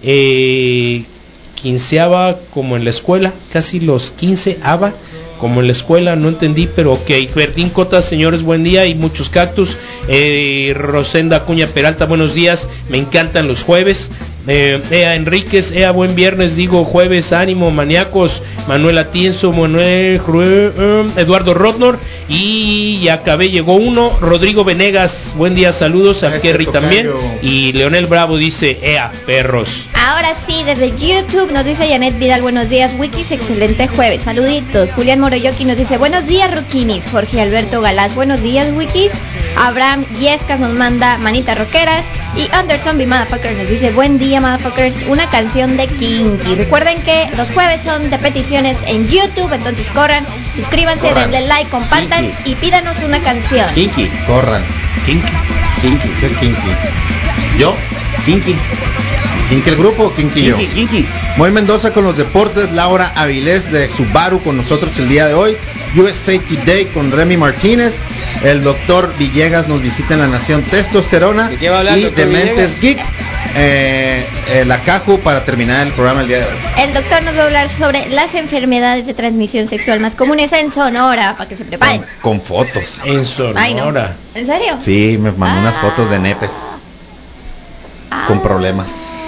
quinceava como en la escuela, casi los 15 como en la escuela, no entendí, pero ok. Bertín Cota, señores, buen día y muchos cactus. Rosenda Acuña Peralta, buenos días, me encantan los jueves. Ea Enríquez, buen viernes, digo jueves, ánimo, maníacos. Manuel Atienzo, Eduardo Rodnor, y ya acabé, llegó uno. Rodrigo Venegas, buen día, saludos. A Kerry también. Y Leonel Bravo dice, perros. Ahora sí, desde YouTube nos dice Janet Vidal, buenos días Wikis, excelente jueves, saluditos. Julián Moroyoki nos dice, buenos días Roquinis. Jorge Alberto Galaz, buenos días Wikis. Abraham Yescas nos manda manitas rockeras. Y Anderson B. Motherfucker nos dice, buen día Motherfuckers, una canción de Kinky. Recuerden que los jueves son de peticiones en YouTube, entonces corran, suscríbanse, denle like, compartan y pídanos una canción. Kinky. Corran. Kinky. ¿Qué Kinky? ¿Yo? Kinky. ¿Kinky el grupo o Kinky yo? Kinky. Moy Mendoza con los deportes, Laura Avilés de Subaru con nosotros el día de hoy, USA Today con Remy Martínez, el doctor Villegas nos visita en La Nación Testosterona y Dementes Geek, la Caju para terminar el programa el día de hoy. El doctor nos va a hablar sobre las enfermedades de transmisión sexual más comunes en Sonora, para que se preparen. Con fotos. En Sonora. Ay, no. ¿En serio? Sí, me mandó unas fotos de nepes con problemas.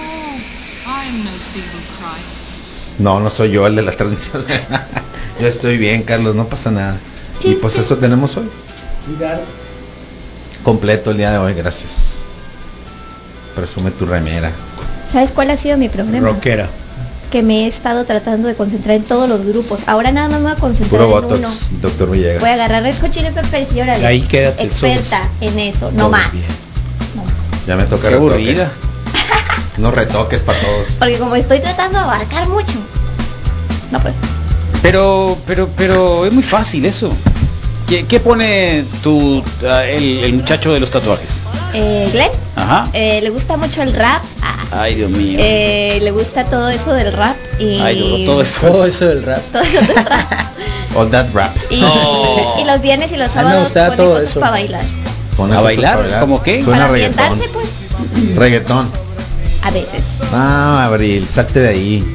No soy yo el de la transmisión. Yo estoy bien, Carlos, no pasa nada. Y pues eso tenemos hoy. Completo el día de hoy, gracias. Presume tu remera. ¿Sabes cuál ha sido mi problema? Rockera. Que me he estado tratando de concentrar en todos los grupos. Ahora nada más me voy a concentrar puro en botox, uno. Doctor Villegas. Voy a agarrar Red Hot Chili Peppers y órale. Ahí quédate. Experta en eso, no más. Ya me toca Qué aburrida. No retoques para todos. Porque como estoy tratando de abarcar mucho. No pues. Pero es muy fácil eso. ¿Qué pone el muchacho de los tatuajes? Glenn. Ajá. Le gusta mucho el rap. Ay, Dios mío. Le gusta todo eso del rap y todo eso del rap. Todo eso del rap. All that rap. Y los viernes y los sábados pone cosas para bailar. Con ¿A bailar? ¿Cómo qué? Suena Para reggaetón. ambientarse, pues. Reggaetón. A veces. Ah, Abril, salte de ahí.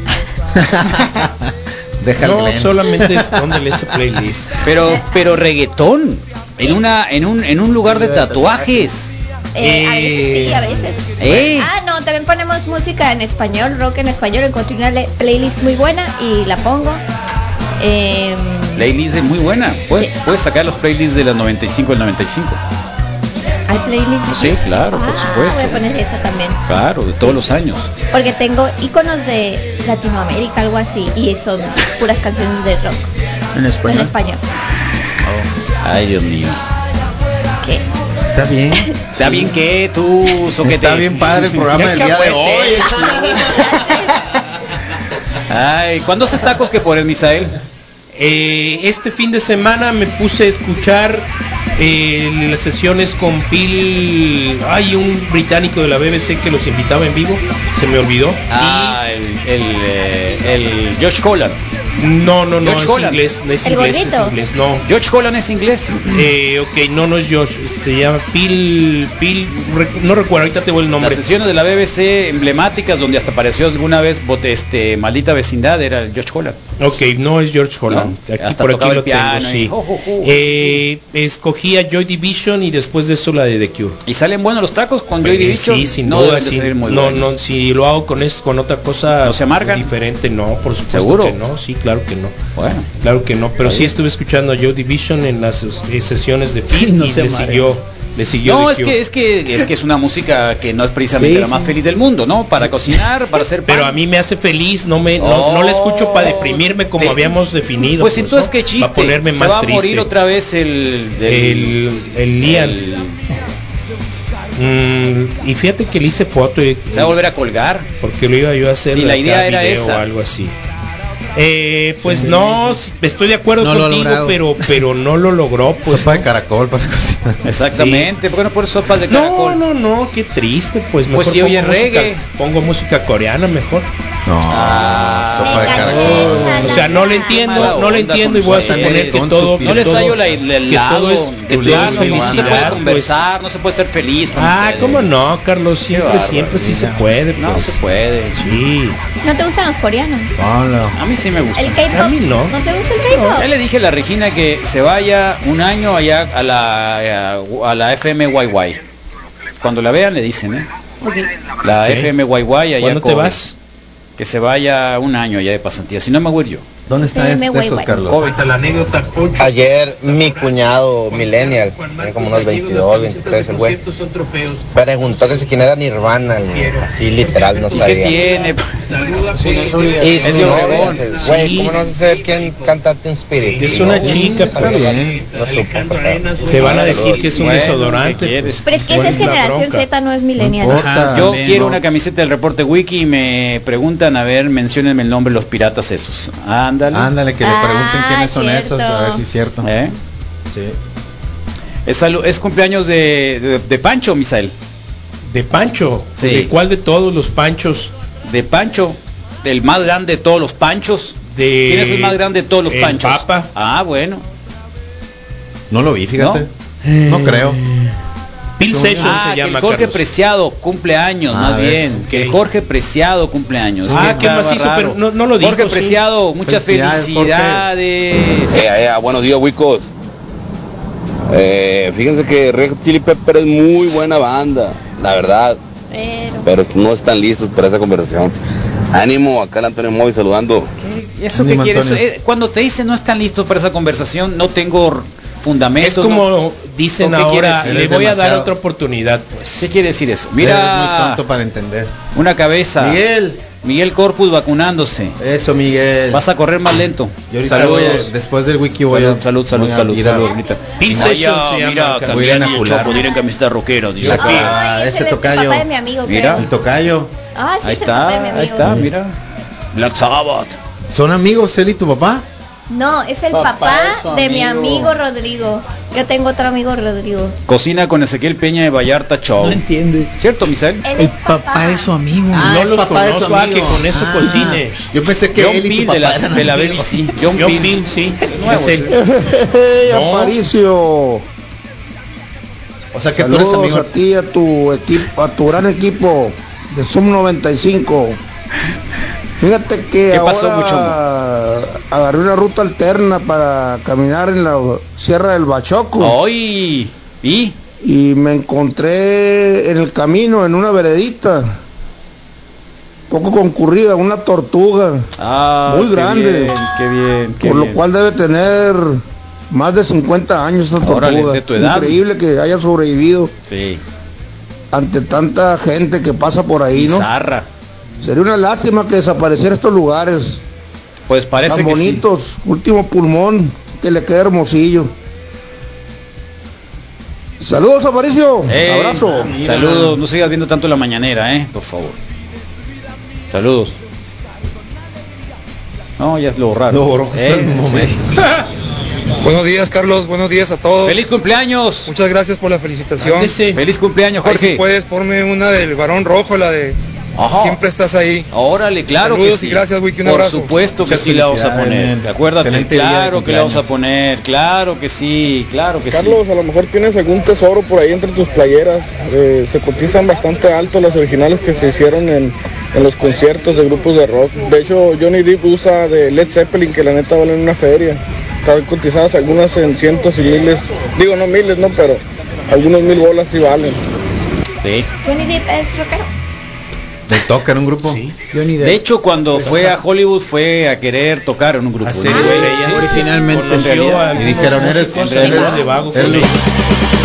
Déjalo. No, solamente escóndele ese playlist. Pero reggaetón en un lugar de tatuajes. A veces sí, a veces. No, también ponemos música en español, rock en español. Encontré una playlist muy buena y la pongo. Playlist es muy buena. Puedes sacar los playlists de las 95 del 95. ¿Hay playlists? Sí, claro, por supuesto. Voy a poner esa también. Claro, de todos los años. Porque tengo iconos de Latinoamérica, algo así, y son puras canciones de rock. ¿En español? En español. Ay, Dios mío. ¿Qué? Está bien. Está bien que tú, soquete. Está bien padre el programa del día de hoy. Ay, ¿cuándo haces tacos que pones, Misael? Este fin de semana me puse a escuchar las sesiones con Phil, hay un británico de la BBC que los invitaba en vivo, se me olvidó. El Josh Holland. No, Josh es Holland. Inglés, no es inglés, no. Josh Holland es inglés. Ok, no es Josh, se llama Phil, no recuerdo, ahorita te voy el nombre. Las sesiones de la BBC emblemáticas donde hasta apareció alguna vez Maldita Vecindad era el Josh Holland. Ok, no es George Holland. No, aquí hasta por aquí tocaba lo el piano tengo, sí. Escogí a Joy Division y después de eso la de The Cure. ¿Y salen buenos los tacos con Joy Division? Sí, sin no duda, deben de salir muy no, buenos. no, si lo hago con otra cosa, ¿no se amargan? Diferente, no, por supuesto. ¿Seguro? Que no, sí, claro que no. Bueno, claro que no, pero sí estuve escuchando a Joy Division en las sesiones de Phil No y se le siguió. No, es que es una música que no es precisamente la más feliz del mundo, ¿no? Para cocinar, para hacer pan. Pero a mí me hace feliz, no la escucho para deprimirme como habíamos definido. Pues entonces qué chiste. Para ponerme se más va a triste. morir otra vez el Liam. Y fíjate que le hice foto y se va a volver a colgar. Porque lo iba yo a hacer. Sí, la idea era esa. O algo así. Pues no, estoy de acuerdo contigo, pero no lo logró. Pues, sopa de caracol para cocinar. Exactamente, ¿por qué no pones sopas de caracol? No, qué triste, pues mejor si oye reggae. Pongo música coreana mejor. No, sopa de caracol. O sea, no le entiendo y voy a suponer que todo. No les hallo el lado de plano, no se puede conversar, no se puede ser feliz. ¿Cómo no, Carlos? Siempre sí se puede. No se puede, sí. ¿No te gustan los coreanos? A mí sí me gusta. ¿El K-pop? A mí no. ¿No te gusta el K-pop? Ya le dije a la Regina que se vaya un año allá a la FMYY. Cuando la vean le dicen, Okay. La FMYY allá. ¿Cuándo te vas? Que se vaya un año allá de pasantía, si no me voy yo. ¿Dónde está esos, Carlos? Ahorita la anécdota, Poncho. Ayer mi cuñado millennial, tiene como unos 22, 23 el güey, preguntó que si quién era Nirvana, así literal, no sabía. ¿Qué tiene? Y güey, ¿cómo no vas a saber quién canta Teen Spirit? Es una chica, pues. No supo. Te van a decir que es un desodorante. Pero es que esa es generación Z, no es millennial. Yo quiero una camiseta del Reporte Wiki y me preguntan, a ver, menciónenme el nombre de los piratas esos. Ándale, que le pregunten quiénes son esos, a ver si es cierto. Sí. Es cumpleaños de Pancho, Misael. ¿De Pancho? Sí. ¿De cuál de todos los Panchos? De Pancho, el más grande de todos los Panchos. ¿Quién es el más grande de todos los Panchos? Papa. Ah, bueno. No lo vi, fíjate. No creo. Bill Sessions se llama, que el Jorge Carlos. Preciado cumple años, más bien. Que el Jorge Preciado cumple años. Qué macizo, pero no lo dijo. Jorge Preciado, muchas felicidades. Buenos días, Wicos. Fíjense que Red Hot Chili Pepper es muy buena banda, la verdad. Pero no están listos para esa conversación. Ánimo, acá el Antonio Moy saludando. ¿Eso qué quieres? Cuando te dicen no están listos para esa conversación, no tengo fundamentos. Es como dicen ahora, le voy a dar otra oportunidad, pues. ¿Qué quiere decir eso? Mira, eres muy tonto para entender. Una cabeza. Miguel Corpus vacunándose. Eso, Miguel. Vas a correr más lento. Y ahorita después del wiki voy a salud. Mira, Cambián y el Chopo tienen camiseta rockera, dice aquí. Ese tocayo. Papá de mi amigo, mira, el tocayo. Ahí está, mira. Black Sabbath. ¿Son amigos él y tu papá? No, es el papá de mi amigo Rodrigo. Yo tengo otro amigo Rodrigo. Cocina con Ezequiel Peña de Vallarta Show. No entiende. ¿Cierto, Misael? El papá de su amigo. No los conozco, que con eso cocine. Yo pensé que John él y Peel tu papá de la BBC. John Peel, sí. Es él. Aparicio. O sea que tú eres amigo. A ti, a tu equipo, a tu gran equipo de Zoom 95. Fíjate que ¿Qué pasó, ahora agarré una ruta alterna para caminar en la Sierra del Bachoco. ¡Ay! Y me encontré en el camino, en una veredita poco concurrida, una tortuga muy grande, qué bien, por lo cual debe tener más de 50 años esta tortuga. Órale, de tu edad. Increíble que haya sobrevivido. Sí. Ante tanta gente que pasa por ahí, Bizarra. ¿no? Sería una lástima que desapareciera estos lugares. Pues parece tan que bonitos, sí. Último pulmón, que le queda hermosillo. Saludos, Aparicio. Abrazo. Saludos, no sigas viendo tanto la mañanera, por favor. Saludos. No, ya es lo raro. Buenos días, Carlos. Buenos días a todos. ¡Feliz cumpleaños! Muchas gracias por la felicitación. ¡Feliz cumpleaños, Jorge! Ahí si puedes, ponme una del Barón Rojo, la de Siempre estás ahí. Órale, claro. Saludos que sí. Y gracias, Wiki, un Por abrazo. supuesto que sí la vamos a poner. Acuérdate, claro que la vamos a poner. Claro que sí, claro que Carlos, sí. a lo mejor tienes algún tesoro por ahí entre tus playeras. Se cotizan bastante alto las originales que se hicieron en los conciertos de grupos de rock. De hecho, Johnny Depp usa de Led Zeppelin, que la neta valen una feria. Están cotizadas algunas en cientos y miles. Digo, no miles, no, pero algunos 1000 bolas sí valen. Sí. Johnny Depp es rockero. ¿De toca en un grupo? Sí. De hecho, cuando fue a Hollywood fue a querer tocar en un grupo. Originalmente en realidad, y dijeron, eres de vagos.